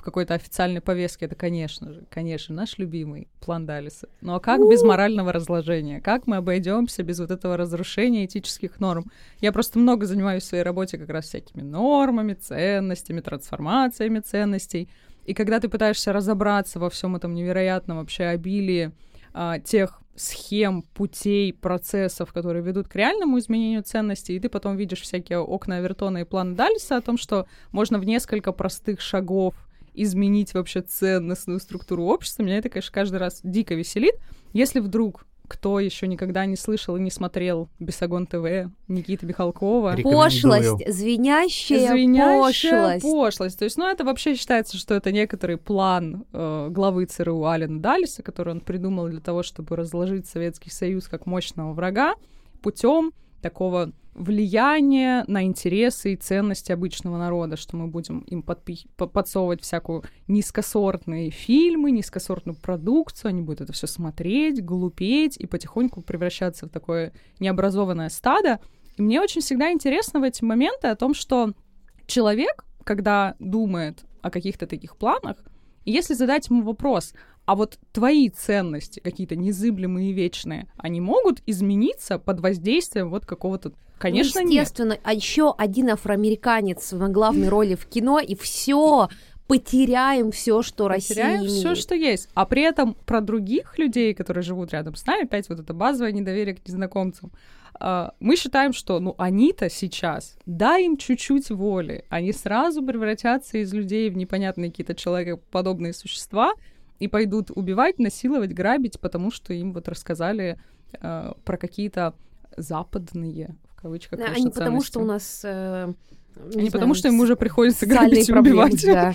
какой-то официальной повестке, это, конечно же, конечно, наш любимый план Даллеса. Ну а как без морального разложения? Как мы обойдемся без вот этого разрушения этических норм? Я просто много занимаюсь в своей работе как раз всякими нормами, ценностями, трансформациями ценностей. И когда ты пытаешься разобраться во всем этом невероятном вообще обилии а, тех схем, путей, процессов, которые ведут к реальному изменению ценностей, и ты потом видишь всякие окна Авертона и план Даллеса о том, что можно в несколько простых шагов изменить вообще ценностную структуру общества. Меня это, конечно, каждый раз дико веселит. Если вдруг кто еще никогда не слышал и не смотрел Бесогон ТВ, Никиты Михалкова. Пошлость, звенящая, звенящая пошлость. пошлость. То есть, ну, это вообще считается, что это некоторый план э, главы ЦРУ Алена Даллеса, который он придумал для того, чтобы разложить Советский Союз как мощного врага путем такого влияние на интересы и ценности обычного народа, что мы будем им подпи- подсовывать всякую низкосортные фильмы, низкосортную продукцию, они будут это все смотреть, глупеть и потихоньку превращаться в такое необразованное стадо. И мне очень всегда интересно в эти моменты о том, что человек, когда думает о каких-то таких планах, и если задать ему вопрос, а вот твои ценности, какие-то незыблемые и вечные, они могут измениться под воздействием вот какого-то... Конечно, ну, естественно, нет. А еще один афроамериканец на главной роли в кино, и все потеряем все, что потеряем Россия все, имеет. что есть. А при этом про других людей, которые живут рядом с нами, опять вот это базовое недоверие к незнакомцам, мы считаем, что, ну, они-то сейчас, дай им чуть-чуть воли, они сразу превратятся из людей в непонятные какие-то человекоподобные существа и пойдут убивать, насиловать, грабить, потому что им вот рассказали э, про какие-то западные, в кавычках, да, конечно, а не потому, ценности. что у нас... Э, не не потому, знаю, что им уже приходится грабить и проблемы, убивать. Да.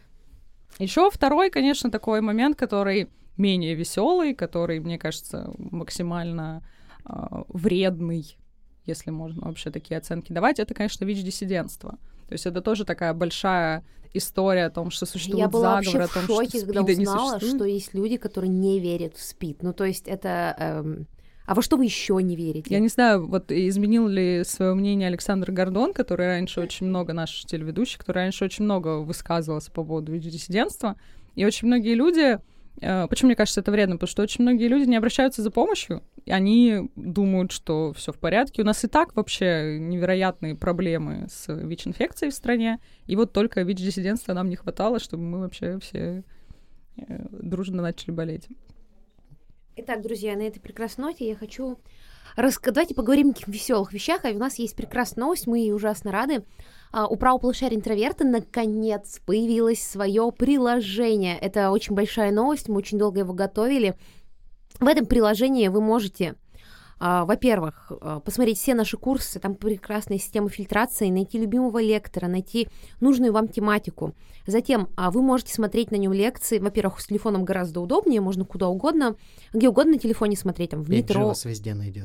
Еще второй, конечно, такой момент, который менее веселый, который, мне кажется, максимально э, вредный, если можно вообще такие оценки давать, это, конечно, ВИЧ-диссидентство. То есть это тоже такая большая история о том, что существует Я была заговор, вообще о том, в шоке, что когда СПИДа не узнала, существует. что есть люди, которые не верят в СПИД. Ну, то есть это... Эм... А во что вы еще не верите? Я не знаю, вот изменил ли свое мнение Александр Гордон, который раньше очень много, наш телеведущий, который раньше очень много высказывался по поводу ВИЧ-диссидентства. И очень многие люди... Э, почему мне кажется это вредно? Потому что очень многие люди не обращаются за помощью, и они думают, что все в порядке. У нас и так вообще невероятные проблемы с ВИЧ-инфекцией в стране, и вот только ВИЧ-диссидентства нам не хватало, чтобы мы вообще все э, дружно начали болеть. Итак, друзья, на этой прекрасной ноте я хочу рассказать. Давайте поговорим о каких веселых вещах. А у нас есть прекрасная новость, мы ей ужасно рады. А, у правополушария интроверта наконец появилось свое приложение. Это очень большая новость, мы очень долго его готовили. В этом приложении вы можете, а, во-первых, посмотреть все наши курсы, там прекрасная система фильтрации, найти любимого лектора, найти нужную вам тематику. Затем а, вы можете смотреть на нем лекции. Во-первых, с телефоном гораздо удобнее, можно куда угодно, где угодно на телефоне смотреть, там, в метро. пять джи вас везде найдет.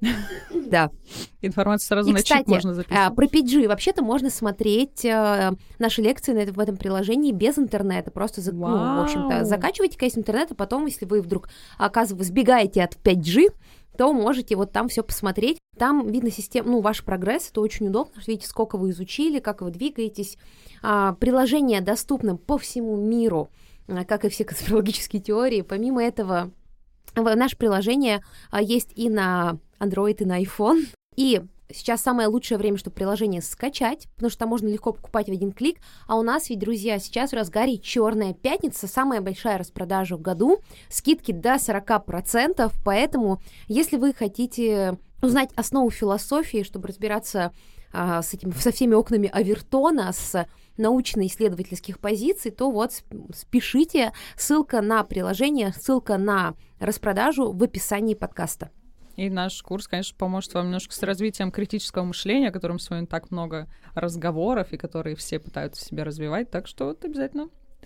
Да. Информацию сразу И, на кстати, чип можно записать. про пять джи вообще-то можно смотреть э, наши лекции на это, в этом приложении без интернета. Просто, за, ну, в общем-то, закачивайте, конечно, интернет, а потом, если вы вдруг, оказывается, сбегаете от пять джи, то можете вот там все посмотреть. Там видно систему, ну, ваш прогресс, это очень удобно, видите, сколько вы изучили, как вы двигаетесь. А, приложение доступно по всему миру, как и все конспирологические теории. Помимо этого, наше приложение а, есть и на Android, и на iPhone. И сейчас самое лучшее время, чтобы приложение скачать, потому что там можно легко покупать в один клик. А у нас ведь, друзья, сейчас в разгаре Черная пятница, самая большая распродажа в году, скидки до сорок процентов, поэтому если вы хотите узнать основу философии, чтобы разбираться а, с этим, со всеми окнами Авертона, с научно-исследовательских позиций, то вот спешите, ссылка на приложение, ссылка на распродажу в описании подкаста. И наш курс, конечно, поможет вам немножко с развитием критического мышления, о котором сегодня так много разговоров, и которые все пытаются себя развивать. Так что вот обязательно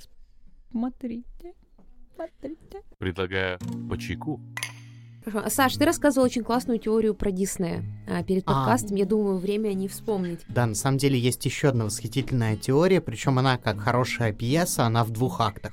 смотрите, смотрите. Предлагаю по чайку. Хорошо. Саш, ты рассказывал очень классную теорию про Диснея а, перед подкастом. А. Я думаю, время не вспомнить. Да, на самом деле есть еще одна восхитительная теория, причем она, как хорошая пьеса, она в двух актах.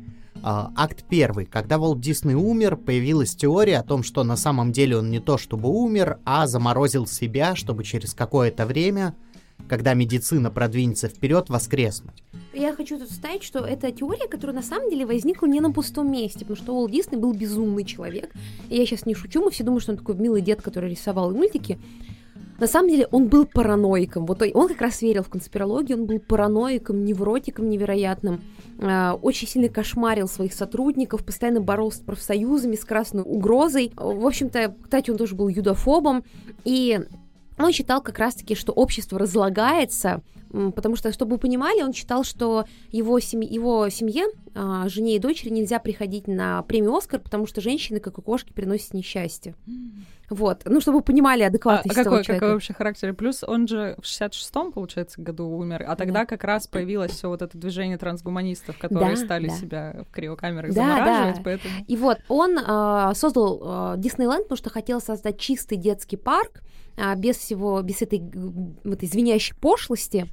Акт первый. Когда Уолт Дисней умер, появилась теория о том, что на самом деле он не то чтобы умер, а заморозил себя, чтобы через какое-то время, когда медицина продвинется вперед, воскреснуть. И я хочу тут вставить, что это теория, которая на самом деле возникла не на пустом месте, потому что Уолт Дисней был безумный человек. И я сейчас не шучу, мы все думают, что он такой милый дед, который рисовал мультики. На самом деле он был параноиком. Вот он как раз верил в конспирологию, он был параноиком, невротиком невероятным. Очень сильно кошмарил своих сотрудников, постоянно боролся с профсоюзами, с красной угрозой. В общем-то, кстати, он тоже был юдофобом. И он считал как раз-таки, что общество разлагается, потому что, чтобы вы понимали, он считал, что его, семь... его семье, жене и дочери, нельзя приходить на премию «Оскар», потому что женщины, как и кошки, приносят несчастье. Вот. Ну, чтобы вы понимали адекватность а, а этого какой, человека. какой вообще характер? Плюс он же в шестьдесят шестом, получается, году умер, а тогда да. как раз появилось все вот это движение трансгуманистов, которые да, стали да. себя в криокамерах да, замораживать, да. поэтому... И вот он э, создал э, Диснейленд, потому что хотел создать чистый детский парк, э, без всего, без этой, этой звенящей пошлости.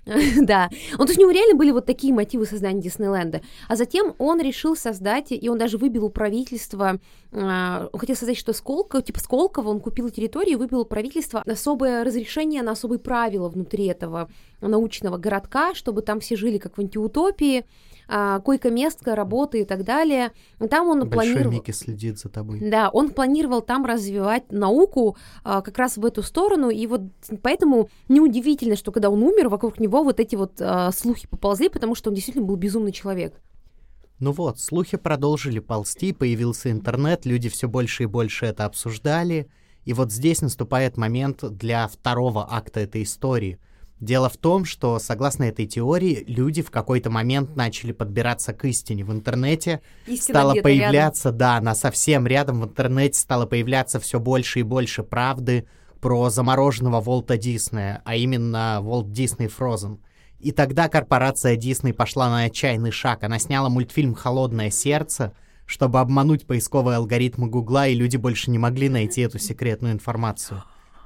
Да, он, то есть у него реально были вот такие мотивы создания Диснейленда. А затем он решил создать, и он даже выбил у правительства, э, он хотел создать что Сколково, типа Сколково, он купил территорию и выбил у правительства особое разрешение на особые правила внутри этого научного городка, чтобы там все жили как в антиутопии, э, койко-место, работы и так далее. Там он Большой планировал... Микки следит за тобой. Да, он планировал там развивать науку э, как раз в эту сторону, и вот поэтому неудивительно, что когда он умер, вокруг него вот эти вот э, слухи поползли, потому что он действительно был безумный человек. Ну вот, слухи продолжили ползти, появился интернет, люди все больше и больше это обсуждали, и вот здесь наступает момент для второго акта этой истории. Дело в том, что, согласно этой теории, люди в какой-то момент начали подбираться к истине. В интернете Истина стало появляться, рядом. да, она совсем рядом, в интернете стало появляться все больше и больше правды про замороженного Уолта Диснея, а именно Walt Disney Frozen. И тогда корпорация Disney пошла на отчаянный шаг. Она сняла мультфильм «Холодное сердце», чтобы обмануть поисковые алгоритмы Гугла, и люди больше не могли найти эту секретную информацию.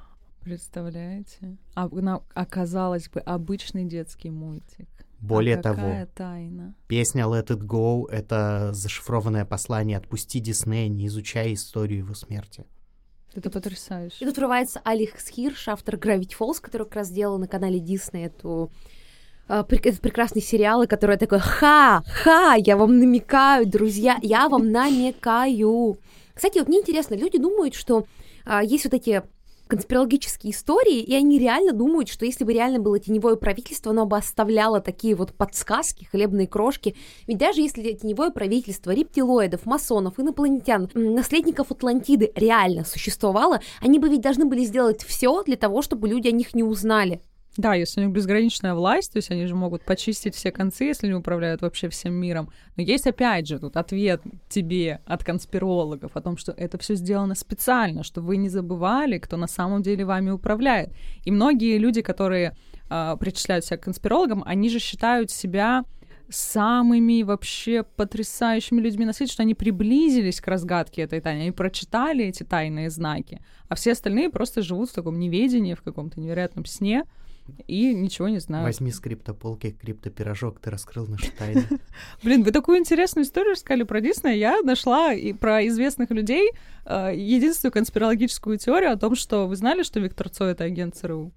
Представляете? А, оказалось бы, обычный детский мультик. Более а того, какая тайна? Песня «Let It Go» — это зашифрованное послание «Отпусти Диснея, не изучай историю его смерти». Это потрясающе. И тут врывается Алекс Хирш, автор Gravity Falls, который как раз делал на канале Disney эту, э, этот прекрасный сериал, и который такой: «Ха! Ха! Я вам намекаю, друзья! Я вам намекаю!» Кстати, вот мне интересно, люди думают, что э, есть вот эти конспирологические истории, и они реально думают, что если бы реально было теневое правительство, оно бы оставляло такие вот подсказки, хлебные крошки. Ведь даже если теневое правительство рептилоидов, масонов, инопланетян, наследников Атлантиды реально существовало, они бы ведь должны были сделать все для того, чтобы люди о них не узнали. Да, если у них безграничная власть, то есть они же могут почистить все концы, если они управляют вообще всем миром. Но есть, опять же, тут ответ тебе от конспирологов о том, что это все сделано специально, чтобы вы не забывали, кто на самом деле вами управляет. И многие люди, которые э, причисляют себя к конспирологам, они же считают себя самыми вообще потрясающими людьми на свете, что они приблизились к разгадке этой тайны, они прочитали эти тайные знаки, а все остальные просто живут в таком неведении, в каком-то невероятном сне, и ничего не знаю. Возьми с криптополки криптопирожок, ты раскрыл наши тайны. Блин, вы такую интересную историю рассказали про Диснея. Я нашла и про известных людей э, единственную конспирологическую теорию о том, что вы знали, что Виктор Цой — это агент ЦРУ?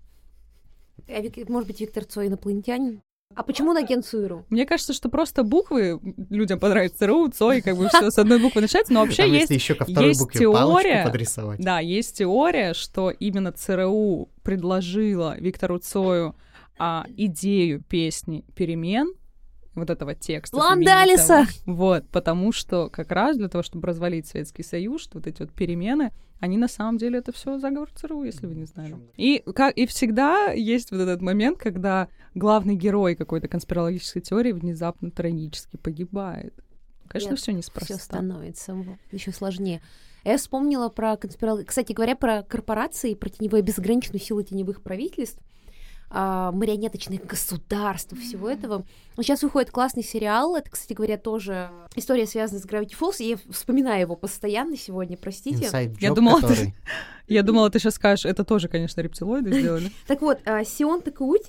А, может быть, Виктор Цой инопланетянин? А почему на агент ЦРУ? Мне кажется, что просто буквы людям понравятся. ЦРУ, Цой, как бы все с одной буквы начинается, но вообще Там, есть, еще ко второй есть букве теория, подрисовать. Да, есть теория, что именно ЦРУ предложила Виктору Цою а, идею песни «Перемен», вот этого текста. Ландалиса! Вот, потому что как раз для того, чтобы развалить Советский Союз, что вот эти вот перемены, они на самом деле это все заговор ЦРУ, если вы не знали. И, как, и всегда есть вот этот момент, когда главный герой какой-то конспирологической теории внезапно трагически погибает. Конечно, все неспроста. Все становится еще сложнее. Я вспомнила про конспирологию. Кстати говоря, про корпорации, про теневую безграничную силу теневых правительств, марионеточных государств, всего этого. Сейчас выходит классный сериал. Это, кстати говоря, тоже история, связанная с Gravity Falls. Я вспоминаю его постоянно сегодня, простите. Inside Job, я, думала, который... ты, я думала, ты сейчас скажешь, это тоже, конечно, рептилоиды сделали. Так вот, Сион Такаути,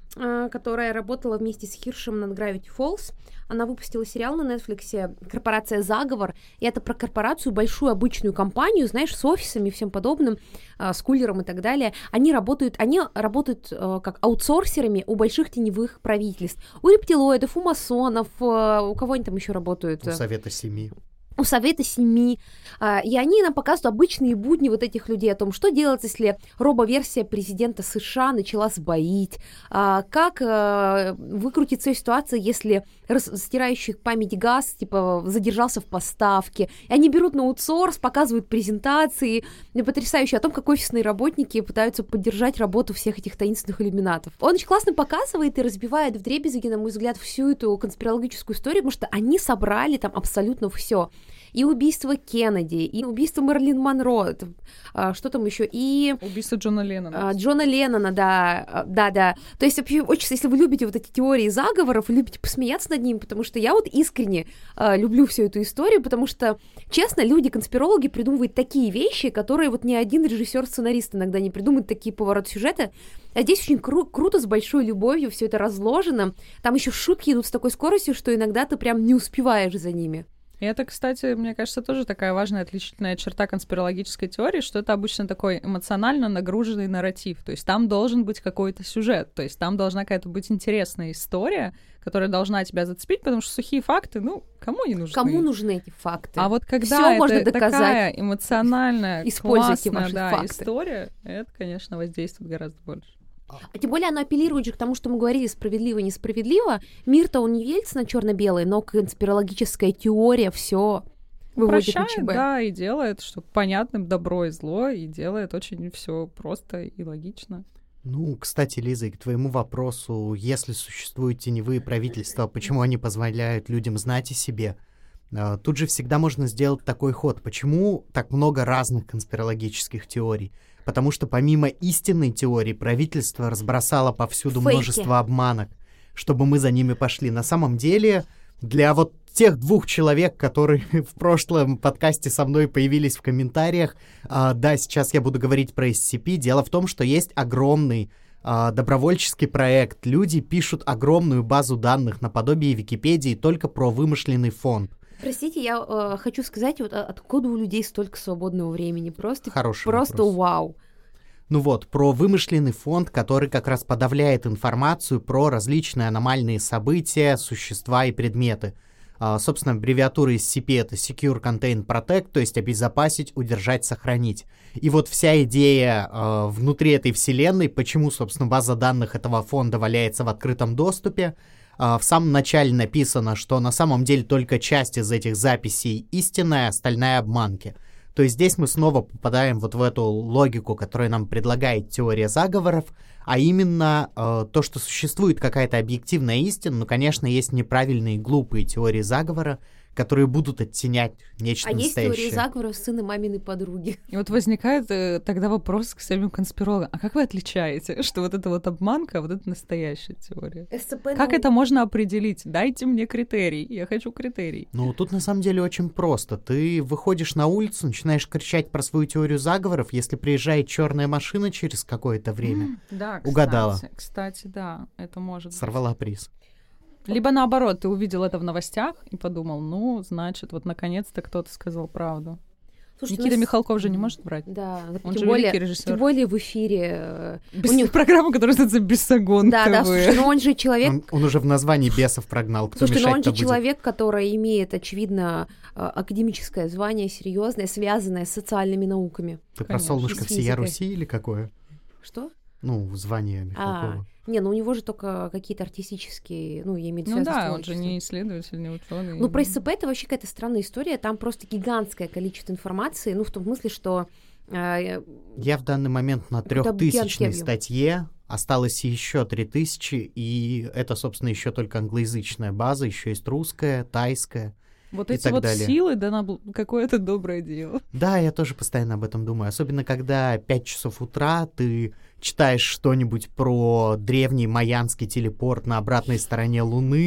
которая работала вместе с Хиршем над Gravity Falls. Она выпустила сериал на Netflix «Корпорация Заговор», и это про корпорацию, большую обычную компанию, знаешь, с офисами и всем подобным, с кулером и так далее. Они работают, они работают как аутсорсерами у больших теневых правительств. У рептилоидов, у масонов, у кого они там еще работают? У Совета Семи. у Совета Семи, и они нам показывают обычные будни вот этих людей о том, что делать, если робоверсия президента США начала сбоить, как выкрутиться из ситуации, если стирающий память газ типа задержался в поставке. И они берут на аутсорс, показывают презентации потрясающие о том, как офисные работники пытаются поддержать работу всех этих таинственных иллюминатов. Он очень классно показывает и разбивает вдребезги, на мой взгляд, всю эту конспирологическую историю, потому что они собрали там абсолютно все. И убийство Кеннеди, и убийство Мэрилин Монро, это, а, что там еще, и... Убийство Джона Леннона. А, Джона Леннона, да, да, да. То есть, вообще, очень, если вы любите вот эти теории заговоров, вы любите посмеяться над ними, потому что я вот искренне а, люблю всю эту историю, потому что, честно, люди-конспирологи придумывают такие вещи, которые вот ни один режиссер-сценарист иногда не придумает такие повороты сюжета. А здесь очень кру- круто, с большой любовью все это разложено. Там еще шутки идут с такой скоростью, что иногда ты прям не успеваешь за ними. И это, кстати, мне кажется, тоже такая важная отличительная черта конспирологической теории, что это обычно такой эмоционально нагруженный нарратив. То есть там должен быть какой-то сюжет, то есть там должна какая-то быть интересная история, которая должна тебя зацепить, потому что сухие факты, ну, кому не нужны? Кому нужны эти факты? А вот когда Всё это можно доказать. Такая эмоциональная, Используйте классная, ваши да, факты. история, это, конечно, воздействует гораздо больше. А тем более оно апеллирует же к тому, что мы говорили, справедливо, несправедливо. Мир-то он не делится на черно-белый, но конспирологическая теория все выводит на Упрощает, ЧБ. да, и делает, что понятным добро и зло, и делает очень все просто и логично. Ну, кстати, Лиза, и к твоему вопросу, если существуют теневые правительства, почему они позволяют людям знать о себе? Тут же всегда можно сделать такой ход. Почему так много разных конспирологических теорий? Потому что помимо истинной теории правительство разбросало повсюду Фейки. множество обманок, чтобы мы за ними пошли. На самом деле, для вот тех двух человек, которые в прошлом подкасте со мной появились в комментариях, а, да, сейчас я буду говорить про эс си пи. Дело в том, что есть огромный а, добровольческий проект. Люди пишут огромную базу данных наподобие Википедии только про вымышленный фонд. Простите, я э, хочу сказать, вот, откуда у людей столько свободного времени? Просто, Хороший просто вопрос. вау. Ну вот, про вымышленный фонд, который как раз подавляет информацию про различные аномальные события, существа и предметы. А, собственно, аббревиатура эс си пи — это Secure, Contain, Protect, то есть обезопасить, удержать, сохранить. И вот вся идея а, внутри этой вселенной, почему, собственно, база данных этого фонда валяется в открытом доступе. А, в самом начале написано, что на самом деле только часть из этих записей истинная, остальная обманки. То есть здесь мы снова попадаем вот в эту логику, которую нам предлагает теория заговоров, а именно э, то, что существует какая-то объективная истина, но, конечно, есть неправильные и глупые теории заговора, которые будут оттенять нечто А есть настоящее. теории заговоров сына маминой подруги. И вот возникает э, тогда вопрос к самим конспирологам. А как вы отличаете, что вот это вот обманка, а вот это настоящая теория? СЦП, Как ну, это можно определить? Дайте мне критерий. Я хочу критерий. Ну, тут на самом деле очень просто. Ты выходишь на улицу, начинаешь кричать про свою теорию заговоров, если приезжает черная машина через какое-то время. Да, кстати, Угадала. Кстати, да, это может быть. Сорвала приз. Либо наоборот, ты увидел это в новостях и подумал, ну, значит, вот наконец-то кто-то сказал правду. слушайте, Никита у нас- Михалков же не может врать. Да, Он тем же более, великий режиссер. тем более в эфире. э, Без... у них- Программа, которая называется «Бесогон Да, да, ТВ». слушайте, но он же человек, Он, он уже в названии бесов прогнал. Кто Слушайте, но он мешать-то же будет? человек, который имеет, очевидно, э, академическое звание, серьезное, связанное с социальными науками. Ты про Конечно, солнышко с всея физикой. Руси или какое? Что? Ну, звание Михалкова. А, не, ну у него же только какие-то артистические, ну, я имею в виду, Ну связанные да, с он же творчеством. не исследователь, не ученый. Ну, про СЦП это вообще какая-то странная история, там просто гигантское количество информации, ну, в том смысле, что... э, Я в данный момент на Какой-то трехтысячной океан статье, осталось еще три тысячи, и это, собственно, еще только англоязычная база, еще есть русская, тайская. Вот и эти так вот далее. силы, да, на бл- какое-то доброе дело. Да, я тоже постоянно об этом думаю, особенно когда пять часов утра ты читаешь что-нибудь про древний майянский телепорт на обратной стороне Луны,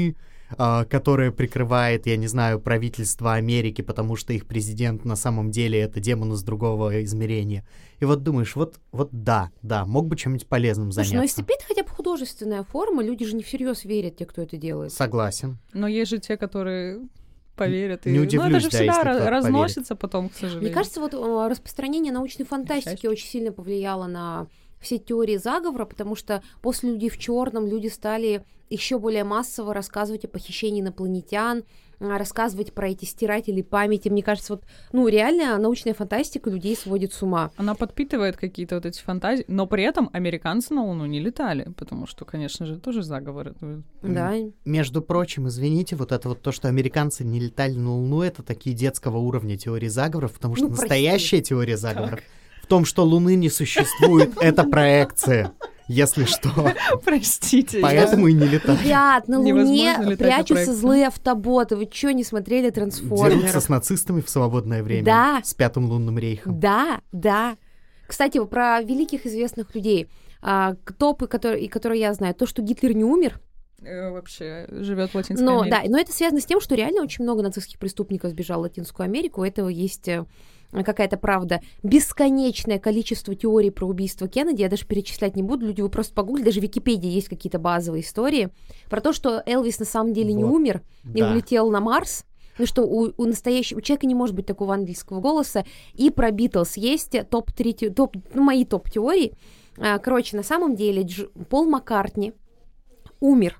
а, которое прикрывает, я не знаю, правительство Америки, потому что их президент на самом деле это демон из другого измерения. И вот думаешь, вот, вот да, да, мог бы чем-нибудь полезным заняться. Слушай, ну если это хотя бы художественная форма, люди же не всерьез верят, те, кто это делает. Согласен. Но есть же те, которые поверят. Не и... удивлюсь, ну, это же да, всегда если кто-то разносится потом, к сожалению. Мне кажется, вот э, распространение научной фантастики очень сильно повлияло на все теории заговора, потому что после «Людей в черном» люди стали еще более массово рассказывать о похищении инопланетян, рассказывать про эти стиратели памяти. Мне кажется, вот, ну, реально научная фантастика людей сводит с ума. Она подпитывает какие-то вот эти фантазии, но при этом американцы на Луну не летали, потому что, конечно же, тоже заговоры. Да. Между прочим, извините, вот это вот то, что американцы не летали на Луну, это такие детского уровня теории заговоров, потому что Ну, настоящая теория заговоров в том, что Луны не существует, это проекция. Если что. Простите. Поэтому и не летают. Ребят, на Луне Невозможно летать на прячутся проекции. злые автоботы. Вы что, не смотрели Дерутся «Трансформеров»? с нацистами в свободное время. Да. С Пятым лунным рейхом. Да, да. Кстати, про великих известных людей. А, топ, который, и который я знаю, то, что Гитлер не умер. Э, Вообще живет в Латинской Но, Америке. да, но это связано с тем, что реально очень много нацистских преступников сбежало в Латинскую Америку. У этого есть э, какая-то правда. Бесконечное количество теорий про убийство Кеннеди, я даже перечислять не буду, люди, вы просто погуглите, даже в Википедии есть какие-то базовые истории про то, что Элвис на самом деле не Вот. умер и Да. улетел на Марс. Ну что, у, у настоящего у человека не может быть такого ангельского голоса. И про Битлз есть топ-три, те- топ, ну, мои топ-теории. А, Короче, на самом деле Дж- Пол Маккартни умер.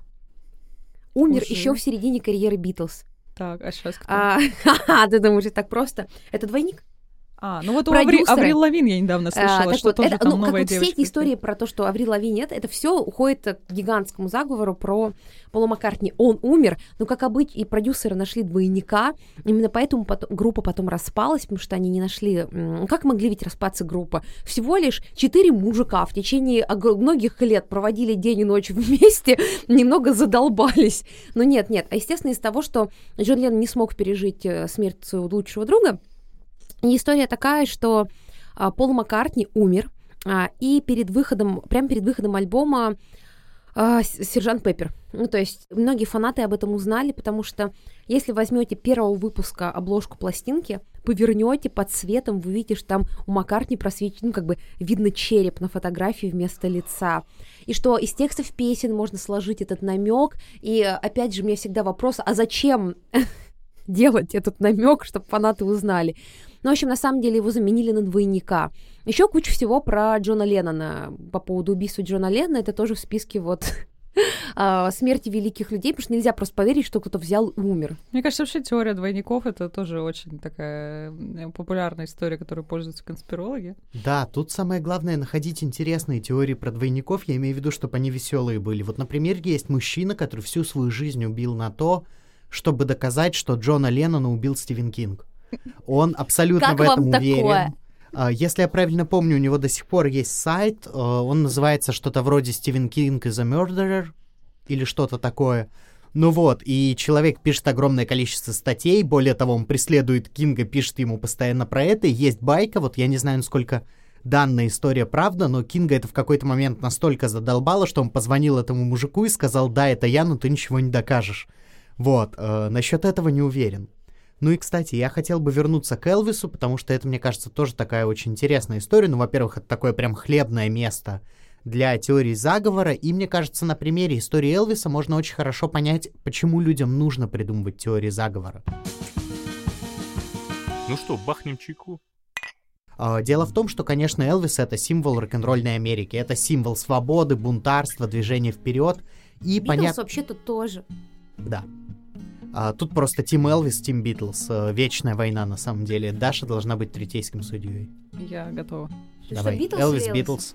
Умер Уже? еще в середине карьеры Битлз. Так, а сейчас кто? А, ха-ха, ты думаешь, это так просто? Это двойник? А, ну вот у Аври... продюсеры. Аврил Лавин я недавно слышала, А, так что вот, тоже это, там ну, как новая вот все девочка. эти истории про то, что Аврил Лавин нет, это все уходит к гигантскому заговору про Пола Маккартни. Он умер, но, как обычно, и продюсеры нашли двойника. Именно поэтому потом, группа потом распалась, потому что они не нашли... м, Как могли ведь распаться группа? Всего лишь четыре мужика в течение ог- многих лет проводили день и ночь вместе, немного задолбались. Но нет, нет. А, естественно, из-за того, что Джон Леннон не смог пережить э, смерть своего лучшего друга, и история такая, что а, Пол Маккартни умер, а, и перед выходом, прямо перед выходом альбома а, с- Сержант Пеппер. Ну, то есть многие фанаты об этом узнали, потому что если возьмете первого выпуска обложку пластинки, повернете под светом, вы видите, что там у Маккартни просвечен, ну, как бы видно череп на фотографии вместо лица. И что из текстов песен можно сложить этот намек. И опять же, у меня всегда вопрос, а зачем делать этот намек, чтобы фанаты узнали? Ну, в общем, на самом деле его заменили на двойника. Еще куча всего про Джона Леннона. По поводу убийства Джона Леннона, это тоже в списке вот а, смерти великих людей, потому что нельзя просто поверить, что кто-то взял и умер. Мне кажется, вообще теория двойников — это тоже очень такая э, популярная история, которой пользуются конспирологи. Да, тут самое главное находить интересные теории про двойников. Я имею в виду, чтобы они веселые были. Вот, например, есть мужчина, который всю свою жизнь убил на то, чтобы доказать, что Джона Леннона убил Стивен Кинг. Он абсолютно Как в этом вам уверен. такое? А, Если я правильно помню, у него до сих пор есть сайт, э, он называется что-то вроде «Стивен Кинг is a murderer» или что-то такое. Ну вот, и человек пишет огромное количество статей, более того, он преследует Кинга, пишет ему постоянно про это, и есть байка, вот я не знаю, насколько данная история правда, но Кинга это в какой-то момент настолько задолбало, что он позвонил этому мужику и сказал: да, это я, но ты ничего не докажешь. Вот, э, насчет этого не уверен. Ну и, кстати, я хотел бы вернуться к Элвису, потому что это, мне кажется, тоже такая очень интересная история. Ну, во-первых, это такое прям хлебное место для теории заговора, и, мне кажется, на примере истории Элвиса можно очень хорошо понять, почему людям нужно придумывать теории заговора. Ну что, бахнем чайку? А, Дело в том, что, конечно, Элвис — это символ рок-н-ролльной Америки, это символ свободы, бунтарства, движения вперед. И Битлз понятно... вообще-то тоже. Да. А, тут просто Тим Элвис, Тим Битлз. э, Вечная война, на самом деле. Даша должна быть третейским судьей. Я готова. Что, Давай. Битлз Элвис, или Битлз.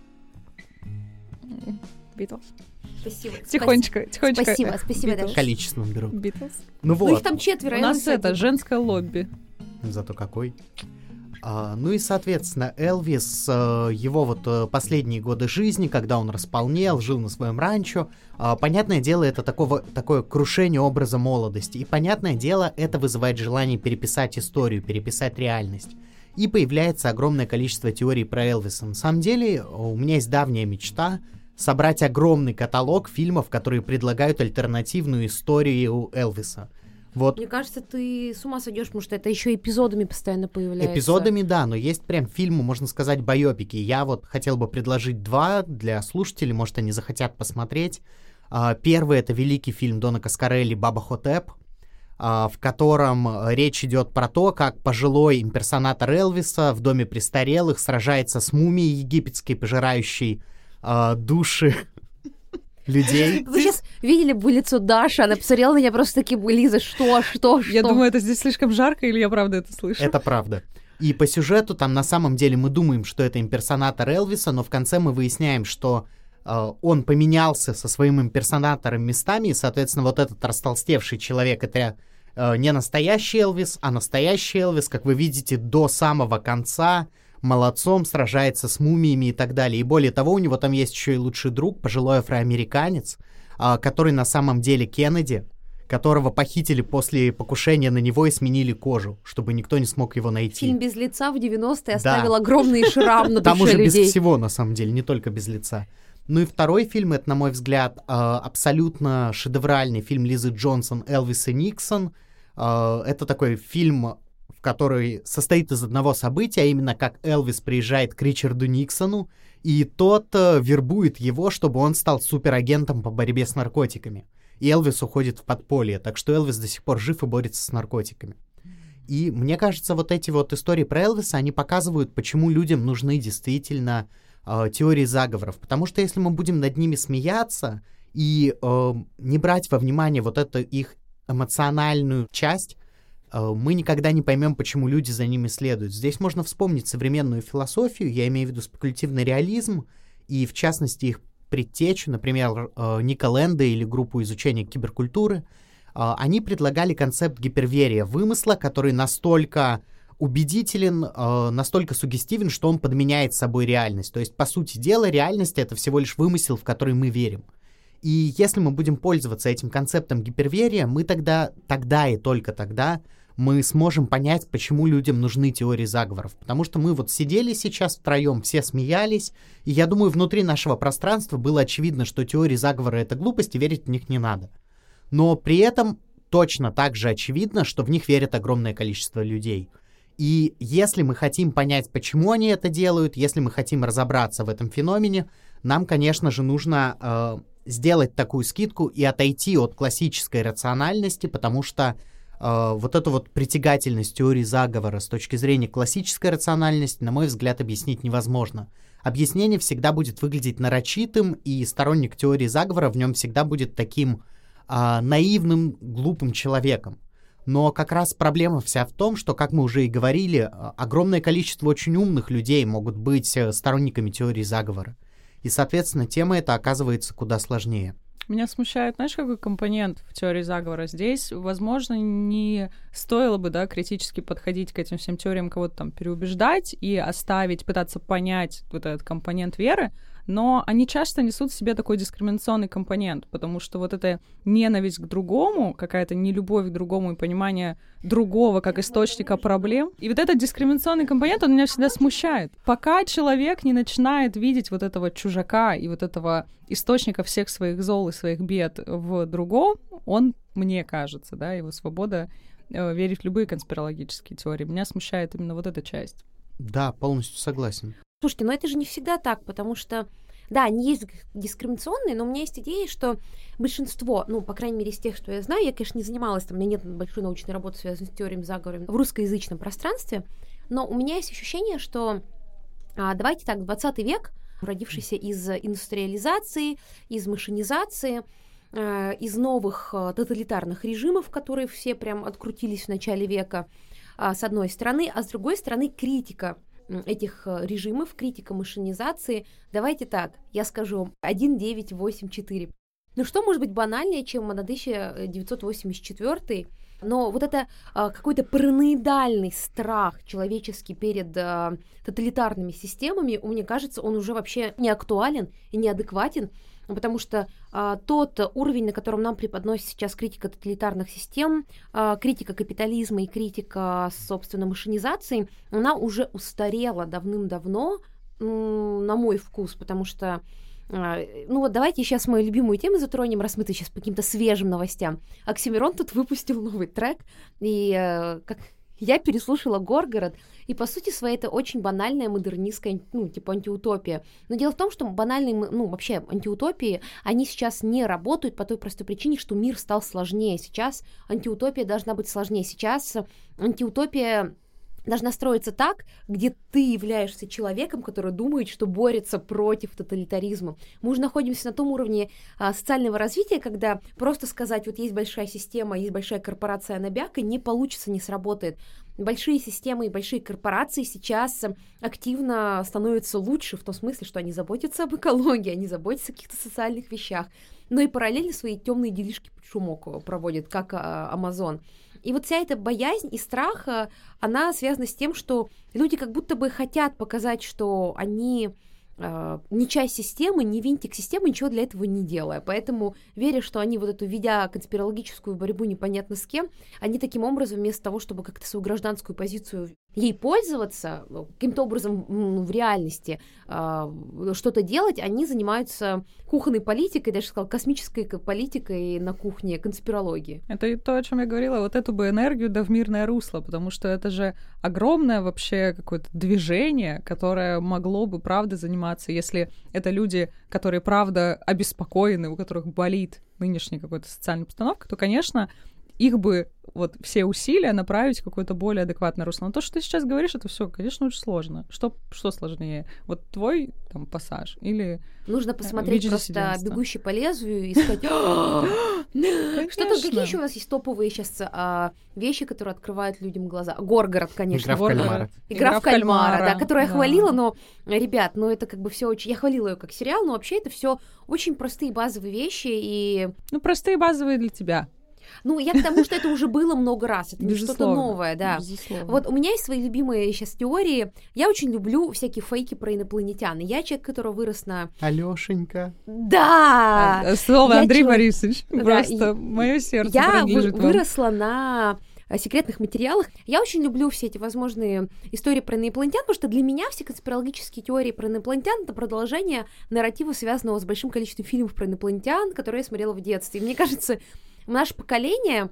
Битлз. Спасибо. Тихонечко, тихонечко. Спасибо, спасибо, Битлз. Даша. Количеством берут. Битлз. Ну Ну, их вот. там четверо. У нас Элвис это один. женское лобби. Зато какой. А, ну и, соответственно, Элвис, э, его вот э, последние годы жизни, когда он располнел, жил на своем ранчо, а, понятное дело, это такого, такое крушение образа молодости. И, понятное дело, это вызывает желание переписать историю, переписать реальность. И появляется огромное количество теорий про Элвиса. На самом деле, у меня есть давняя мечта собрать огромный каталог фильмов, которые предлагают альтернативную историю Элвиса. Вот. Мне кажется, ты с ума сойдешь, потому что это еще эпизодами постоянно появляется. Эпизодами, да, но есть прям фильмы, можно сказать, байопики. Я вот хотел бы предложить два для слушателей, может, они захотят посмотреть. Первый — это великий фильм Дона Каскарелли «Баба Хотеп», в котором речь идет про то, как пожилой имперсонатор Элвиса в доме престарелых сражается с мумией египетской, пожирающей души людей. Вы сейчас видели бы лицо Даши, она посмотрела на меня просто такие: Лиза, что, что, что? Я думаю, это здесь слишком жарко, или я правда это слышу? Это правда. И по сюжету там на самом деле мы думаем, что это имперсонатор Элвиса, но в конце мы выясняем, что э, он поменялся со своим имперсонатором местами, и, соответственно, вот этот растолстевший человек — это э, не настоящий Элвис, а настоящий Элвис, как вы видите, до самого конца молодцом сражается с мумиями и так далее. И более того, у него там есть еще и лучший друг, пожилой афроамериканец, а, который на самом деле Кеннеди, которого похитили после покушения на него и сменили кожу, чтобы никто не смог его найти. Фильм «Без лица» в девяностые Да. оставил огромный шрам на душе людей. Там уже без всего, на самом деле, не только без лица. Ну и второй фильм, это, на мой взгляд, а, абсолютно шедевральный фильм Лизы Джонсон «Элвис и Никсон». А, это такой фильм, который состоит из одного события, а именно как Элвис приезжает к Ричарду Никсону, и тот э, вербует его, чтобы он стал суперагентом по борьбе с наркотиками. И Элвис уходит в подполье, так что Элвис до сих пор жив и борется с наркотиками. И мне кажется, вот эти вот истории про Элвиса, они показывают, почему людям нужны действительно э, теории заговоров. Потому что если мы будем над ними смеяться и э, не брать во внимание вот эту их эмоциональную часть, мы никогда не поймем, почему люди за ними следуют. Здесь можно вспомнить современную философию, я имею в виду спекулятивный реализм, и в частности их предтечу, например, Ника Лэнда или группу изучения киберкультуры. Они предлагали концепт гиперверия, вымысла, который настолько убедителен, настолько суггестивен, что он подменяет собой реальность. То есть, по сути дела, реальность — это всего лишь вымысел, в который мы верим. И если мы будем пользоваться этим концептом гиперверия, мы тогда, тогда и только тогда мы сможем понять, почему людям нужны теории заговоров. Потому что мы вот сидели сейчас втроем, все смеялись, и я думаю, внутри нашего пространства было очевидно, что теории заговора — это глупость, и верить в них не надо. Но при этом точно так же очевидно, что в них верит огромное количество людей. И если мы хотим понять, почему они это делают, если мы хотим разобраться в этом феномене, нам, конечно же, нужно э, сделать такую скидку и отойти от классической рациональности, потому что Uh, вот эту вот притягательность теории заговора с точки зрения классической рациональности, на мой взгляд, объяснить невозможно. Объяснение всегда будет выглядеть нарочитым, и сторонник теории заговора в нем всегда будет таким uh, наивным, глупым человеком. Но как раз проблема вся в том, что, как мы уже и говорили, огромное количество очень умных людей могут быть сторонниками теории заговора. И, соответственно, тема эта оказывается куда сложнее. Меня смущает, знаешь, какой компонент в теории заговора? Здесь, возможно, не стоило бы, да, критически подходить к этим всем теориям, кого-то там переубеждать и оставить, пытаться понять вот этот компонент веры, но они часто несут в себе такой дискриминационный компонент, потому что вот эта ненависть к другому, какая-то нелюбовь к другому и понимание другого как источника проблем, и вот этот дискриминационный компонент, он меня всегда смущает. Пока человек не начинает видеть вот этого чужака и вот этого источника всех своих зол и своих бед в другом, он, мне кажется, да, его свобода э, верить в любые конспирологические теории, меня смущает именно вот эта часть. Да, полностью согласен. Слушайте, но это же не всегда так, потому что, да, они есть дискриминационные, но у меня есть идея, что большинство, ну, по крайней мере, из тех, что я знаю, я, конечно, не занималась, там, у меня нет большой научной работы, связанной с теориями заговора в русскоязычном пространстве, но у меня есть ощущение, что, а, давайте так, двадцатый век, родившийся из индустриализации, из машинизации, э, из новых э, тоталитарных режимов, которые все прям открутились в начале века, э, с одной стороны, а с другой стороны критика этих режимов, критика машинизации. Давайте так, я скажу вам, один девять восемь четыре. Ну что может быть банальнее, чем на тысяча девятьсот восемьдесят четвёртый? Но вот это а, какой-то параноидальный страх человеческий перед а, тоталитарными системами, мне кажется, он уже вообще не актуален и не адекватен, потому что а, тот уровень, на котором нам преподносит сейчас критика тоталитарных систем, а, критика капитализма и критика, собственно, машинизации, она уже устарела давным-давно, м- на мой вкус, потому что Ну вот давайте сейчас мою любимую тему затронем, раз мы-то сейчас по каким-то свежим новостям. Оксимирон тут выпустил новый трек, и как я переслушала «Горгород», и по сути своей это очень банальная модернистская, ну, типа антиутопия. Но дело в том, что банальные, ну, вообще антиутопии, они сейчас не работают по той простой причине, что мир стал сложнее. Сейчас антиутопия должна быть сложнее. Сейчас антиутопия должна строиться так, где ты являешься человеком, который думает, что борется против тоталитаризма. Мы уже находимся на том уровне а, социального развития, когда просто сказать, вот есть большая система, есть большая корпорация, она бяка, не получится, не сработает. Большие системы и большие корпорации сейчас активно становятся лучше, в том смысле, что они заботятся об экологии, они заботятся о каких-то социальных вещах, но и параллельно свои темные делишки под шумок проводят, как а, Amazon. И вот вся эта боязнь и страх, она связана с тем, что люди как будто бы хотят показать, что они э, не часть системы, не винтик системы, ничего для этого не делая. Поэтому, веря, что они вот эту, ведя конспирологическую борьбу непонятно с кем, они таким образом, вместо того, чтобы как-то свою гражданскую позицию ей пользоваться, каким-то образом в реальности э, что-то делать, они занимаются кухонной политикой, даже сказала, космической политикой на кухне, конспирологии. Это и то, о чем я говорила, вот эту бы энергию да в мирное русло, потому что это же огромное вообще какое-то движение, которое могло бы, правда, заниматься, если это люди, которые, правда, обеспокоены, у которых болит нынешняя какая-то социальная обстановка, то, конечно, их бы вот все усилия направить в какое-то более адекватное русло. Но то, что ты сейчас говоришь, это все, конечно, очень сложно. Что, что сложнее? Вот твой там пассаж или... Нужно посмотреть просто «Бегущий по лезвию» и сказать... Что-то, какие еще у нас есть топовые сейчас вещи, которые открывают людям глаза? «Горгород», конечно. «Игра в кальмара». «Игра в кальмара», да, которую я хвалила, но, ребят, ну это как бы все очень... Я хвалила ее как сериал, но вообще это все очень простые базовые вещи и... Ну, простые базовые для тебя. Ну, я к тому, что это уже было много раз, это не что-то новое, да. Безусловно. Вот у меня есть свои любимые сейчас теории. Я очень люблю всякие фейки про инопланетян. Я человек, который вырос на... Алёшенька. Да! Слово Я Андрей человек... Борисович. Да, Просто и... мое сердце Я принадлежит вы- вам. выросла на секретных материалах. Я очень люблю все эти возможные истории про инопланетян, потому что для меня все конспирологические теории про инопланетян — это продолжение нарратива, связанного с большим количеством фильмов про инопланетян, которые я смотрела в детстве. И мне кажется, наше поколение,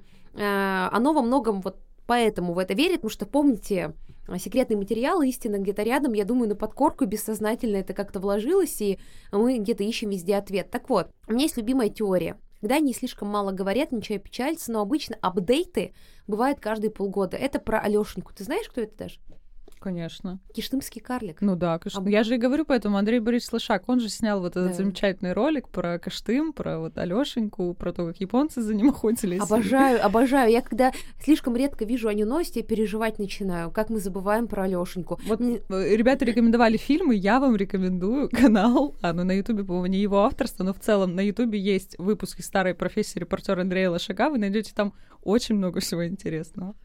оно во многом вот поэтому в это верит, потому что, помните, секретные материалы, истина где-то рядом, я думаю, на подкорку бессознательно это как-то вложилось, и мы где-то ищем везде ответ. Так вот, у меня есть любимая теория. Когда они слишком мало говорят, ничего печалится, но обычно апдейты бывают каждые полгода. Это про Алёшеньку. Ты знаешь, кто это даже? Конечно. Киштымский карлик. Ну да, конечно. Об... Я же и говорю, поэтому Андрей Борисович Слышак, он же снял вот этот да. замечательный ролик про Кыштым, про вот Алёшеньку, про то, как японцы за ним охотились. Обожаю, обожаю. Я когда слишком редко вижу о ней новости, я переживать начинаю, как мы забываем про Алёшеньку. Вот ребята рекомендовали фильмы, я вам рекомендую канал, а ну на Ютубе, по-моему, не его авторство, но в целом на Ютубе есть выпуск из старой профессии репортера Андрея Лошака, вы найдете там очень много всего интересного.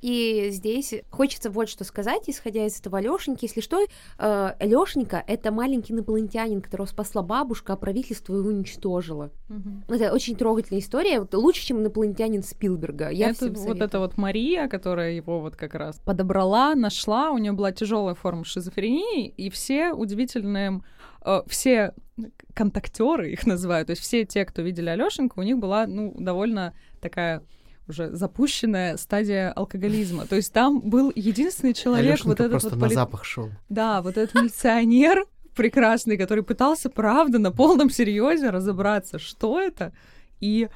И здесь хочется вот что сказать, исходя из этого Алёшеньки. Если что, Алёшенька — это маленький инопланетянин, которого спасла бабушка, а правительство его уничтожило. Угу. Это очень трогательная история, вот, лучше, чем инопланетянин Спилберга. Я это вот эта вот Мария, которая его вот как раз подобрала, нашла, у нее была тяжелая форма шизофрении, и все удивительные, э, все контактеры их называют, то есть все те, кто видели Алёшеньку, у них была, ну, довольно такая... уже запущенная стадия алкоголизма. То есть там был единственный человек, Алёшенька вот этот просто вот... на поли... запах шел. Да, вот этот милиционер прекрасный, который пытался, правда, на полном серьезе разобраться, что это. И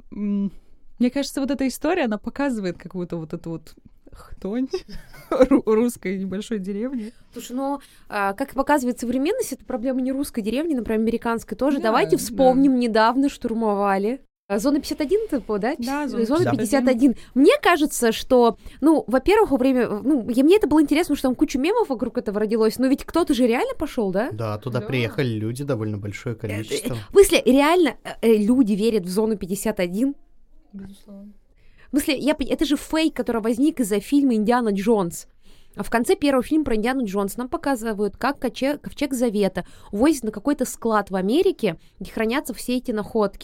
м- мне кажется, вот эта история, она показывает какую-то вот эту вот хтонь русской небольшой деревни. Слушай, ну, а, как показывает современность, это проблема не русской деревни, например, американской тоже. Да, давайте вспомним, да. недавно штурмовали. Зона пятьдесят один, ты по, да? Да, зона, зона пятьдесят один. Мне кажется, что, ну, во-первых, во время, ну, я, мне это было интересно, потому что там куча мемов вокруг этого родилось, но ведь кто-то же реально пошел, да? Да, туда да. приехали люди, довольно большое количество. В смысле, реально э, люди верят в зону пятьдесят один? Безусловно. В смысле, я, это же фейк, который возник из-за фильма «Индиана Джонс». В конце первого фильма про Индиану Джонс нам показывают, как ковчег, ковчег Завета увозят на какой-то склад в Америке, где хранятся все эти находки.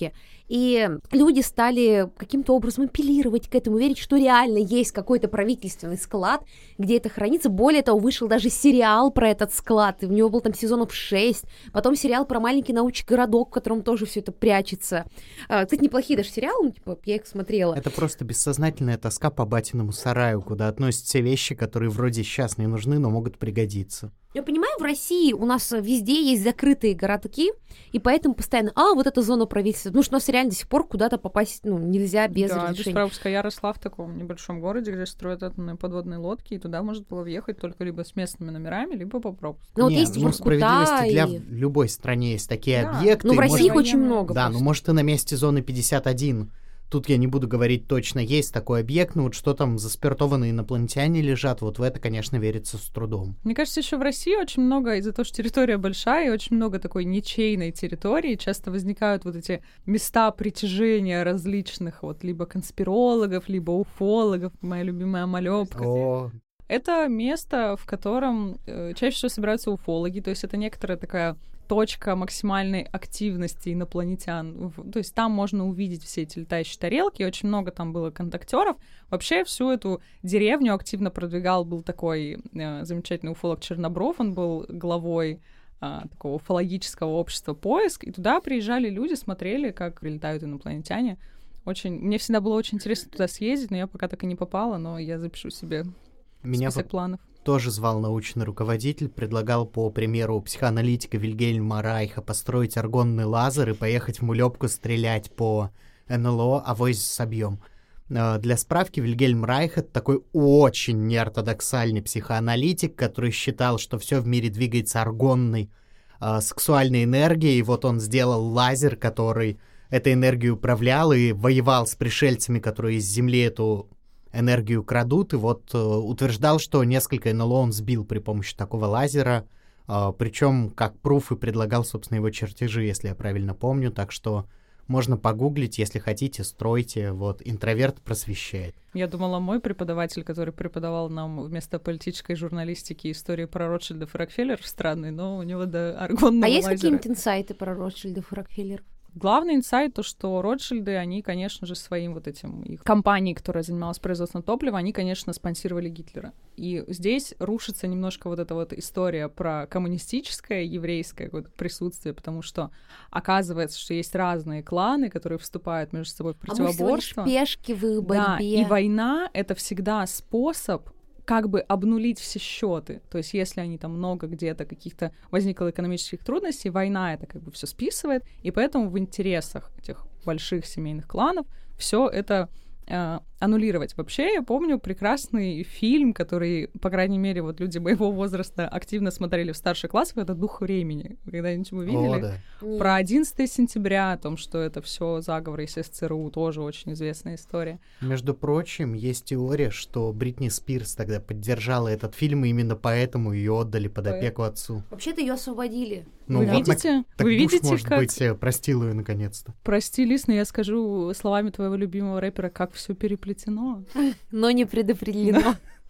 И люди стали каким-то образом апеллировать к этому, верить, что реально есть какой-то правительственный склад, где это хранится. Более того, вышел даже сериал про этот склад, и у него был там сезонов шесть, потом сериал про маленький научный городок, в котором тоже все это прячется. Кстати, неплохие даже сериалы, ну, типа, я их смотрела. Это просто бессознательная тоска по батиному сараю, куда относят все вещи, которые вроде сейчас не нужны, но могут пригодиться. Я понимаю, в России у нас везде есть закрытые городки, и поэтому постоянно, а, вот эта зона правительства, потому что у нас реально до сих пор куда-то попасть, ну, нельзя без да, разрешения. Да, без Я росла в таком небольшом городе, где строят атомные подводные лодки, и туда можно было въехать только либо с местными номерами, либо по пропуску. Ну, вот Нет, есть ну, справедливости и... для любой страны есть такие да. объекты. Ну, в России их может... очень много. Да, просто. ну, может, и на месте зоны пятьдесят один. Тут я не буду говорить точно, есть такой объект, но вот что там заспиртованные инопланетяне лежат, вот в это, конечно, верится с трудом. Мне кажется, еще в России очень много, из-за того, что территория большая, и очень много такой ничейной территории, часто возникают вот эти места притяжения различных, вот, либо конспирологов, либо уфологов, моя любимая малёпка. О, Это место, в котором э, чаще всего собираются уфологи, то есть это некоторая такая точка максимальной активности инопланетян. То есть там можно увидеть все эти летающие тарелки, очень много там было контактеров. Вообще всю эту деревню активно продвигал был такой э, замечательный уфолог Чернобров, он был главой э, такого уфологического общества «Поиск», и туда приезжали люди, смотрели, как летают инопланетяне. Очень... Мне всегда было очень интересно туда съездить, но я пока так и не попала, но я запишу себе Меня список планов. Тоже звал научный руководитель, предлагал, по примеру психоаналитика Вильгельма Райха, построить аргонный лазер и поехать в Мулёбку стрелять по эн эл о, авось собьем. Для справки, Вильгельм Райх — это такой очень неортодоксальный психоаналитик, который считал, что все в мире двигается аргонной э, сексуальной энергией, и вот он сделал лазер, который этой энергией управлял и воевал с пришельцами, которые из Земли эту энергию крадут, и вот э, утверждал, что несколько эн эл о он сбил при помощи такого лазера, э, причем как пруф и предлагал, собственно, его чертежи, если я правильно помню, так что можно погуглить, если хотите, стройте, вот, интроверт просвещает. Я думала, мой преподаватель, который преподавал нам вместо политической журналистики историю про Ротшильдов и Рокфеллеров, странный, но у него до аргонного А есть лазера. какие-нибудь инсайты про Ротшильдов и Рокфеллеров? Главный инсайт то, что Ротшильды, они, конечно же, своим вот этим их компанией, которая занималась производством топлива, они, конечно, спонсировали Гитлера. И здесь рушится немножко вот эта вот история про коммунистическое, еврейское вот присутствие, потому что оказывается, что есть разные кланы, которые вступают между собой в противоборство. А мы всего лишь пешки в их борьбе. Да, и война — это всегда способ как бы обнулить все счеты. То есть если они там много где-то каких-то возникло экономических трудностей, война это как бы все списывает, и поэтому в интересах этих больших семейных кланов все это э, аннулировать. Вообще, я помню прекрасный фильм, который, по крайней мере, вот люди моего возраста активно смотрели в старших классах, это «Дух времени». Вы когда-нибудь его видели? О, да. Нет. Про одиннадцатое сентября, о том, что это все заговоры из эс цэ эр у, тоже очень известная история. Между прочим, есть теория, что Бритни Спирс тогда поддержала этот фильм, и именно поэтому ее отдали под опеку отцу. Вообще-то ее освободили. Вы вот видите? Так Вы Буш, видите, может как... быть, э, простил ее наконец-то. Прости, Лис, но я скажу словами твоего любимого рэпера, как все переплетено. Но не предопределено.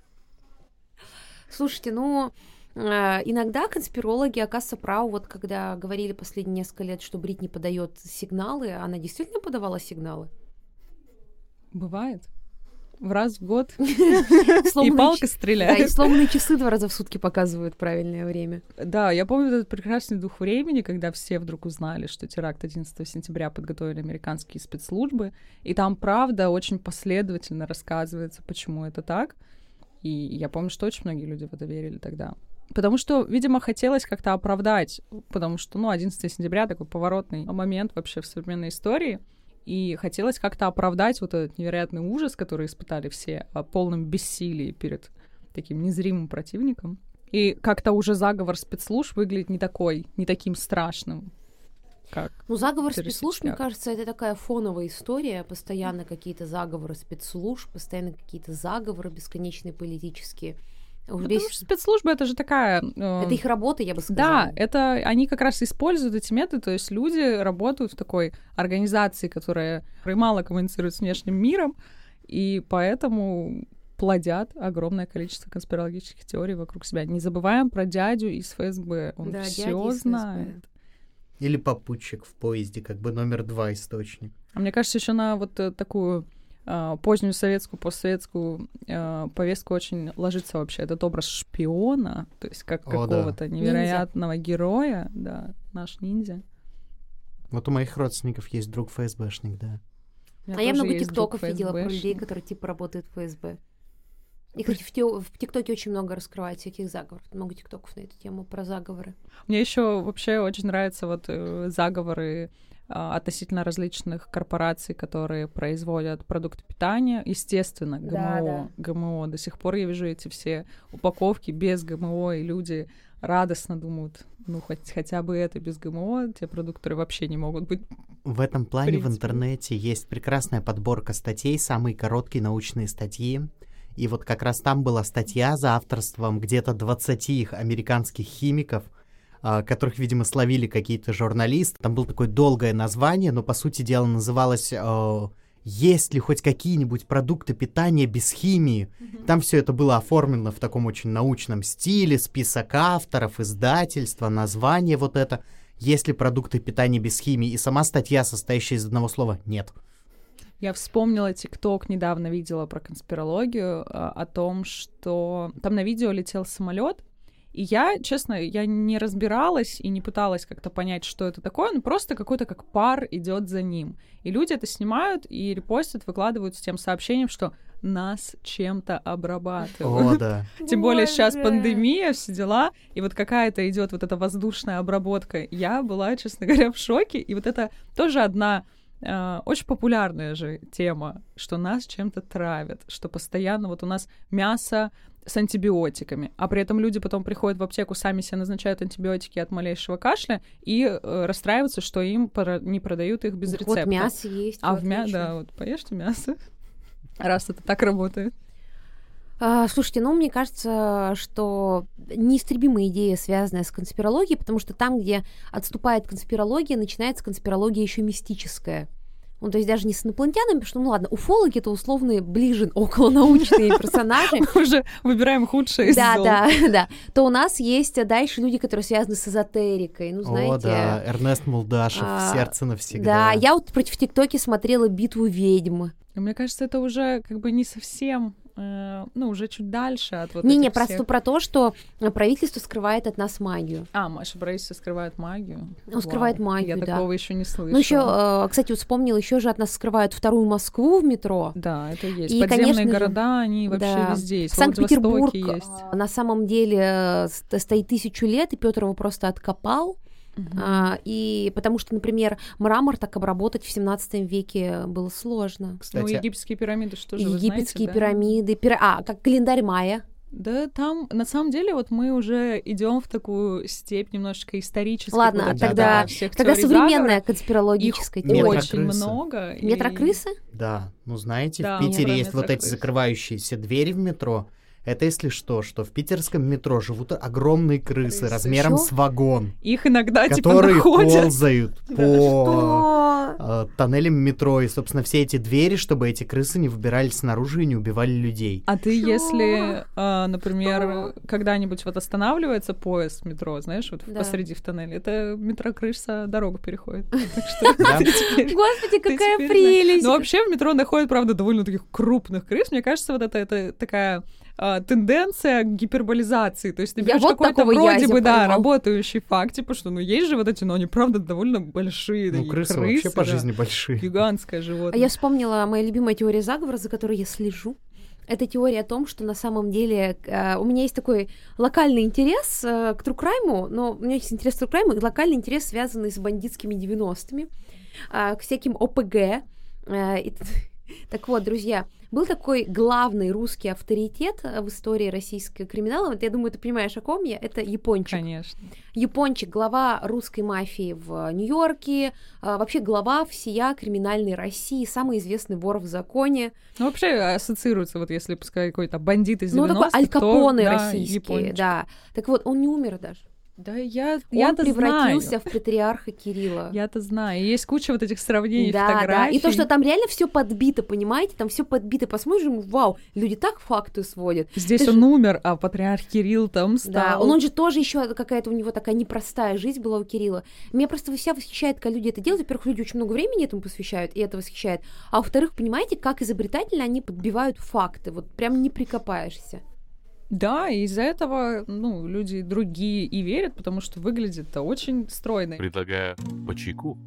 Слушайте, ну, э, иногда конспирологи, оказывается, правы. Вот когда говорили последние несколько лет, что Бритни подает сигналы, она действительно подавала сигналы? Бывает. В раз в год. И Сломанные палка ч- Да, и стреляет. сломанные часы два раза в сутки показывают правильное время. Да, я помню этот прекрасный дух времени, когда все вдруг узнали, что теракт одиннадцатого сентября подготовили американские спецслужбы, и там, правда, очень последовательно рассказывается, почему это так. И я помню, что очень многие люди в это верили тогда. Потому что, видимо, хотелось как-то оправдать, потому что, ну, одиннадцатого сентября такой поворотный момент вообще в современной истории, и хотелось как-то оправдать вот этот невероятный ужас, который испытали все, о полном бессилии перед таким незримым противником. И как-то уже заговор спецслужб выглядит не такой, не таким страшным, как... Ну, заговор террористический спецслужб, мне акт. кажется, это такая фоновая история. Постоянно какие-то заговоры спецслужб, постоянно какие-то заговоры бесконечные политические. Уж Потому весь- что спецслужбы — это же такая... э, Это их работа, я бы сказала. Да, это они как раз используют эти методы, то есть люди работают в такой организации, которая мало коммуницирует с внешним миром, и поэтому плодят огромное количество конспирологических теорий вокруг себя. Не забываем про дядю из эф эс бэ, он Да, дядя все из эф эс бэ. знает. Или попутчик в поезде, как бы номер два источник. А мне кажется, еще на вот э, такую э, позднюю советскую, постсоветскую э, повестку очень ложится вообще этот образ шпиона, то есть как О, какого-то да. невероятного ниндзя. Героя, да, наш ниндзя. Вот у моих родственников есть друг ФСБшник, да. А я много тиктоков видела про людей, которые типа работают в ФСБ. И, кстати, в, те... в ТикТоке очень много раскрывают всяких заговоров. Много тиктоков на эту тему про заговоры. Мне еще вообще очень нравятся вот э, заговоры э, относительно различных корпораций, которые производят продукты питания. Естественно, ГМО, Да, да. ГМО. До сих пор я вижу эти все упаковки без ГМО, и люди радостно думают, ну, хоть, хотя бы это без ГМО, те продукты, которые вообще не могут быть. В этом плане В в интернете есть прекрасная подборка статей, самые короткие научные статьи. И вот как раз там была статья за авторством где-то двадцати американских химиков, а, которых, видимо, словили какие-то журналисты. Там было такое долгое название, но, по сути дела, называлось а, «Есть ли хоть какие-нибудь продукты питания без химии?». Mm-hmm. Там все это было оформлено в таком очень научном стиле, список авторов, издательства, название вот это. Есть ли продукты питания без химии? И сама статья, состоящая из одного слова «нет». Я вспомнила ТикТок, недавно видела про конспирологию, а, о том, что там на видео летел самолет, и я, честно, я не разбиралась и не пыталась как-то понять, что это такое, но просто какой-то как пар идет за ним. И люди это снимают и репостят, выкладывают с тем сообщением, что нас чем-то обрабатывают. О, да. Тем более сейчас пандемия, все дела, и вот какая-то идет вот эта воздушная обработка. Я была, честно говоря, в шоке, и вот это тоже одна Uh, очень популярная же тема, что нас чем-то травят, что постоянно вот у нас мясо с антибиотиками, а при этом люди потом приходят в аптеку, сами себе назначают антибиотики от малейшего кашля и uh, расстраиваются, что им пора- не продают их без так рецепта. Вот мясо есть. А вот в мясо, да, вот поешьте мясо, раз это так работает. А, слушайте, ну, мне кажется, что неистребимая идея, связанная с конспирологией, потому что там, где отступает конспирология, начинается конспирология еще мистическая. Ну, то есть даже не с инопланетянами, потому что, ну ладно, уфологи — это условные ближе околонаучные персонажи. Уже выбираем худшее из зол. Да, да, да. То у нас есть дальше люди, которые связаны с эзотерикой. Ну, знаете... О, да, Эрнест Мулдашев, а, «Сердце навсегда». Да, я вот против ТикТоке смотрела «Битву ведьм». Мне кажется, это уже как бы не совсем... ну, уже чуть дальше от вот Не-не, этих просто всех... про то, что правительство скрывает от нас магию. А, Маша, правительство скрывает магию? Ну, скрывает Вау. магию, Я да. такого еще не слышала. Ну, еще, кстати, вот вспомнила, еще же от нас скрывают вторую Москву в метро. Да, это есть. И, подземные конечно же, города, они вообще да. везде есть. В Санкт-Петербург есть. на самом деле стоит тысячу лет, и Петр его просто откопал. Угу. А, и потому что, например, мрамор так обработать в семнадцатом веке было сложно. Кстати, ну, египетские пирамиды, что же вы Египетские знаете, пирамиды, да? пира... а, как календарь майя. Да, там, на самом деле, вот мы уже идем в такую степь немножечко исторической. Ладно, вот тогда, да, всех тогда теорий современная заговора. конспирологическая Их теория. очень Метрокрысы. много. и- Метрокрысы? Да, ну знаете, Да, в Питере про есть вот эти метрокрыс. закрывающиеся двери в метро. Это, если что, что в питерском метро живут огромные крысы, Крысы. размером Что? с вагон, Их иногда типа которые находят. ползают Да. по Что? э, тоннелям метро. И, собственно, все эти двери, чтобы эти крысы не выбирались снаружи и не убивали людей. А ты, Что? если, а, например, когда-нибудь вот останавливается поезд в метро, знаешь, вот Да. посреди в тоннеле, это метрокрыса дорогу переходит. Так что Да. ты теперь- Господи, ты какая теперь прелесть! знаешь. Но вообще в метро находят, правда, довольно таких крупных крыс. Мне кажется, вот это, это такая а, тенденция к гиперболизации. То есть ты Я берешь вот какой-то такого вроде язя бы, да, поймал. работающий факт, типа, что ну есть же вот эти, но они, правда, довольно большие. Ну, такие крысы вообще по да. жизни большие. Гигантское А животное. я вспомнила моя любимая теория заговора, за которой я слежу. Это теория о том, что на самом деле э, у меня есть такой локальный интерес э, к true crime, но у меня есть интерес к true crime и локальный интерес, связанный с бандитскими девяностыми, э, к всяким о пэ гэ. Э, и, так вот, друзья, был такой главный русский авторитет в истории российского криминала. Вот я думаю, ты понимаешь, о ком я. Это Япончик. Конечно. Япончик, глава русской мафии в Нью-Йорке, а, вообще глава всея криминальной России, самый известный вор в законе. Ну, вообще ассоциируется, вот если пускай какой-то бандит из Ну, девяностых, такой Аль Капоне то, да, российский, япончик. да. Так вот, он не умер даже. Да, я, Он я-то превратился знаю. в патриарха Кирилла. Я-то знаю. И есть куча вот этих сравнений, Да, фотографий. да. И то, что там реально все подбито, понимаете? Там все подбито. Посмотрим, вау, люди так факты сводят. Здесь Ты он ж- умер, а патриарх Кирилл там стал. Да, он, он же тоже еще какая-то у него такая непростая жизнь была у Кирилла. Меня просто вся восхищает, когда люди это делают. Во-первых, люди очень много времени этому посвящают, и это восхищает. А во-вторых, понимаете, как изобретательно они подбивают факты. Вот прям не прикопаешься. Да, и из-за этого, ну, люди другие и верят, потому что выглядит-то очень стройно. Предлагаю по чайку.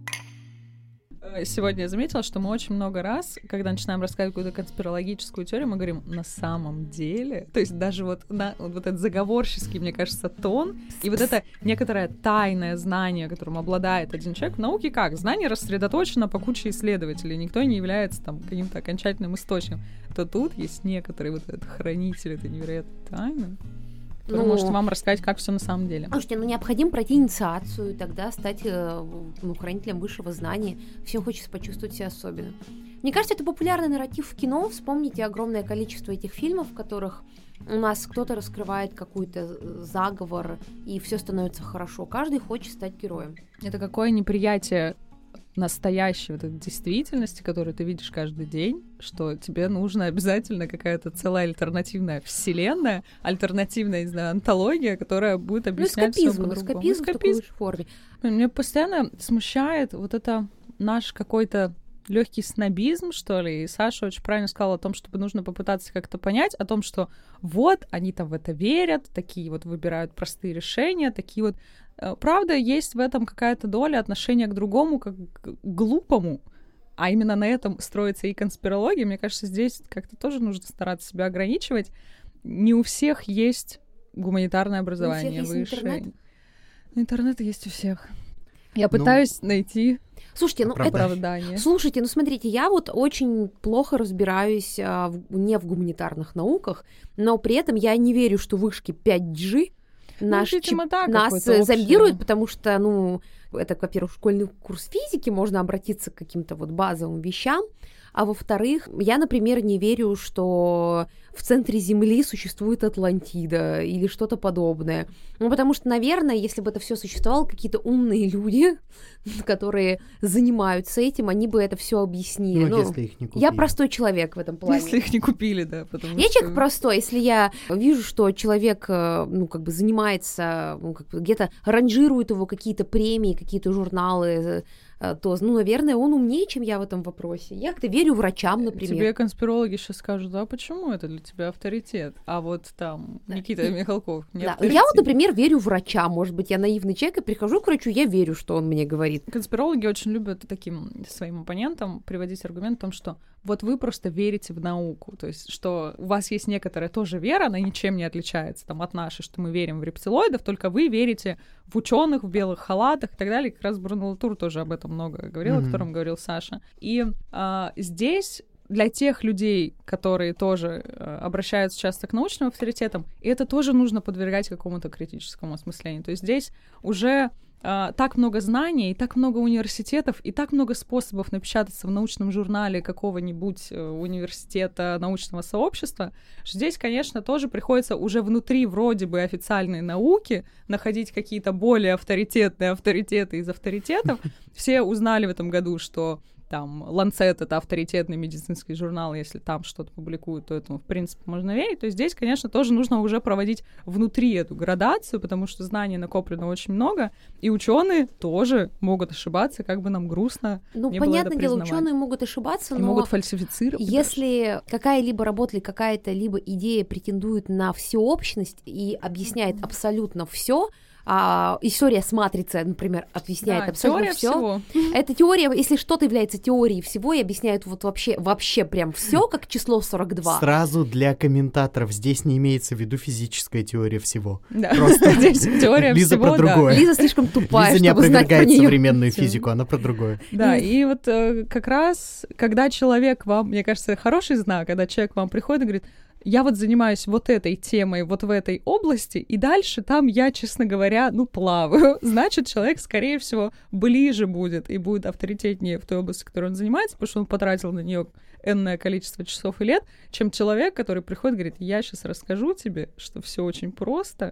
Сегодня я заметила, что мы очень много раз, когда начинаем рассказывать какую-то конспирологическую теорию, мы говорим «на самом деле». То есть даже вот, на, вот этот заговорческий, мне кажется, тон, и вот это некоторое тайное знание, которым обладает один человек. В науке как? Знание рассредоточено по куче исследователей, никто не является там каким-то окончательным источником. То тут есть некоторые вот этот хранитель, это невероятно тайны, который Ну, может вам рассказать, как все на самом деле. Слушайте, ну необходимо пройти инициацию, тогда стать э, ну, хранителем высшего знания. Всем хочется почувствовать себя особенно. Мне кажется, это популярный нарратив в кино. Вспомните огромное количество этих фильмов, в которых у нас кто-то раскрывает какой-то заговор, и все становится хорошо. Каждый хочет стать героем. Это какое неприятие настоящей вот этой действительности, которую ты видишь каждый день, что тебе нужна обязательно какая-то целая альтернативная вселенная, альтернативная, не знаю, антология, которая будет объяснять ну, всё эскапизм, по-другому. эскапизм в такой же форме. Меня постоянно смущает вот это наш какой-то легкий снобизм, что ли, и Саша очень правильно сказала о том, чтобы нужно попытаться как-то понять, о том, что вот, они там в это верят, такие вот выбирают простые решения, такие вот... Правда, есть в этом какая-то доля отношения к другому, как к глупому, а именно на этом строится и конспирология. Мне кажется, здесь как-то тоже нужно стараться себя ограничивать. Не у всех есть гуманитарное образование есть высшее. интернет. Интернет есть у всех. Я пытаюсь ну, найти Слушайте, ну это... оправдание. Слушайте, ну смотрите, я вот очень плохо разбираюсь а, в, не в гуманитарных науках, но при этом я не верю, что вышки пять джи наш ну, видимо, чип, да, нас зомбируют, потому что, ну, это, во-первых, школьный курс физики, можно обратиться к каким-то вот базовым вещам, а во-вторых, я, например, не верю, что в центре Земли существует Атлантида или что-то подобное. Ну, потому что, наверное, если бы это все существовало, какие-то умные люди, которые занимаются этим, они бы это все объяснили. Ну, Ну, если их не купили. я простой человек в этом плане. Если их не купили, да. Потому Я что... человек простой, если я вижу, что человек, ну, как бы занимается, ну, как бы где-то ранжирует его какие-то премии, какие-то журналы, то, ну, наверное, он умнее, чем я в этом вопросе. Я как-то верю врачам, например. Тебе конспирологи сейчас скажут, да, почему это для тебя авторитет? А вот там Да. Никита Михалков не Да. авторитет. Я вот, например, верю врачам. Может быть, я наивный человек, и прихожу к врачу, я верю, что он мне говорит. Конспирологи очень любят таким своим оппонентам приводить аргумент о том, что вот вы просто верите в науку, то есть что у вас есть некоторая тоже вера, она ничем не отличается там, от нашей, что мы верим в рептилоидов, только вы верите в ученых, в белых халатах и так далее. Как раз Бруно Латур тоже об этом много говорил, mm-hmm. о котором говорил Саша. И а, здесь для тех людей, которые тоже э, обращаются часто к научным авторитетам, и это тоже нужно подвергать какому-то критическому осмыслению. То есть здесь уже э, так много знаний, и так много университетов, и так много способов напечататься в научном журнале какого-нибудь э, университета, научного сообщества, что здесь, конечно, тоже приходится уже внутри вроде бы официальной науки находить какие-то более авторитетные авторитеты из авторитетов. Все узнали в этом году, что там Lancet — это авторитетный медицинский журнал, если там что-то публикуют, то этому, в принципе, можно верить. То есть здесь, конечно, тоже нужно уже проводить внутри эту градацию, потому что знаний накоплено очень много, и ученые тоже могут ошибаться, как бы нам грустно Ну, не понятное было это дело, признавать. ученые могут ошибаться, И но могут фальсифицировать. если какая-либо работа или какая-то либо идея претендует на всеобщность и объясняет абсолютно все, а история с матрицей, например, объясняет Да, абсолютно теория все. всего. Эта теория, если что-то является теорией всего и объясняет вот вообще, вообще прям все, как число сорок два. Сразу для комментаторов, здесь не имеется в виду физическая теория всего. Да. Просто Здесь теория Лиза всего, про да. другое. Лиза слишком тупая, Лиза не чтобы знать про опровергает неё. современную физику, она про другое. Да, и вот э, как раз, когда человек вам, мне кажется, хороший знак, когда человек к вам приходит и говорит: я вот занимаюсь вот этой темой, вот в этой области, и дальше там я, честно говоря, ну, плаваю. Значит, человек, скорее всего, ближе будет и будет авторитетнее в той области, которой он занимается, потому что он потратил на нее энное количество часов и лет, чем человек, который приходит и говорит: я сейчас расскажу тебе, что все очень просто,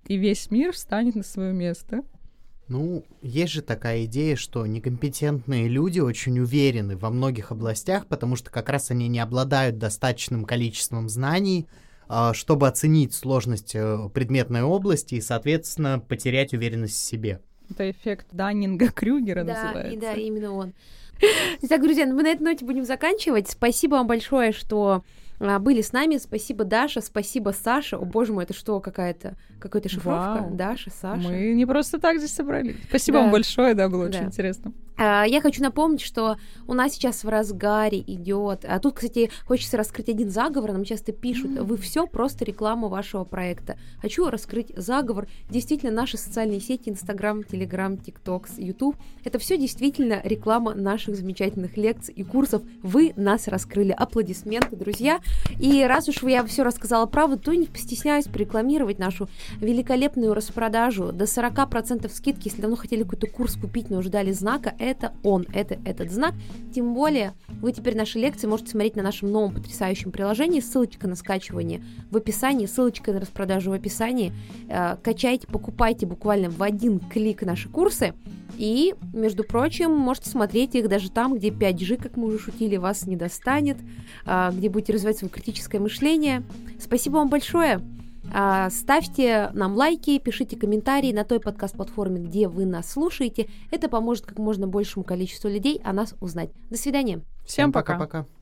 и весь мир встанет на свое место. Ну, есть же такая идея, что некомпетентные люди очень уверены во многих областях, потому что как раз они не обладают достаточным количеством знаний, чтобы оценить сложность предметной области и, соответственно, потерять уверенность в себе. Это эффект Даннинга-Крюгера Да, называется. и да, именно он. Итак, друзья, мы на этой ноте будем заканчивать. Спасибо вам большое, что а, были с нами. Спасибо, Даша. Спасибо, Саша. О, боже мой, это что, какая-то какая-то шифровка? Вау. Даша, Саша. Мы не просто так здесь собрались. Спасибо Да. вам большое, да, было Да. очень интересно. А, Я хочу напомнить, что у нас сейчас в разгаре идет. А тут, кстати, хочется раскрыть один заговор. Нам часто пишут: вы все просто реклама вашего проекта. Хочу раскрыть заговор. Действительно, наши социальные сети: Инстаграм, Телеграм, ТикТок, Ютуб — это все действительно реклама наших замечательных лекций и курсов. Вы нас раскрыли. Аплодисменты, друзья. И раз уж я все рассказала правду, то не постесняюсь порекламировать нашу великолепную распродажу до сорок процентов скидки. Если давно хотели какой-то курс купить, но ждали знака, это он, это этот знак. Тем более, вы теперь наши лекции можете смотреть на нашем новом потрясающем приложении. Ссылочка на скачивание в описании, ссылочка на распродажу в описании. Э, качайте, покупайте буквально в один клик наши курсы. И, между прочим, можете смотреть их даже там, где пять джи, как мы уже шутили, вас не достанет, э, где будете развивать свое критическое мышление. Спасибо вам большое. Ставьте нам лайки, пишите комментарии на той подкаст-платформе, где вы нас слушаете. Это поможет как можно большему количеству людей о нас узнать. До свидания. Всем пока. Пока-пока.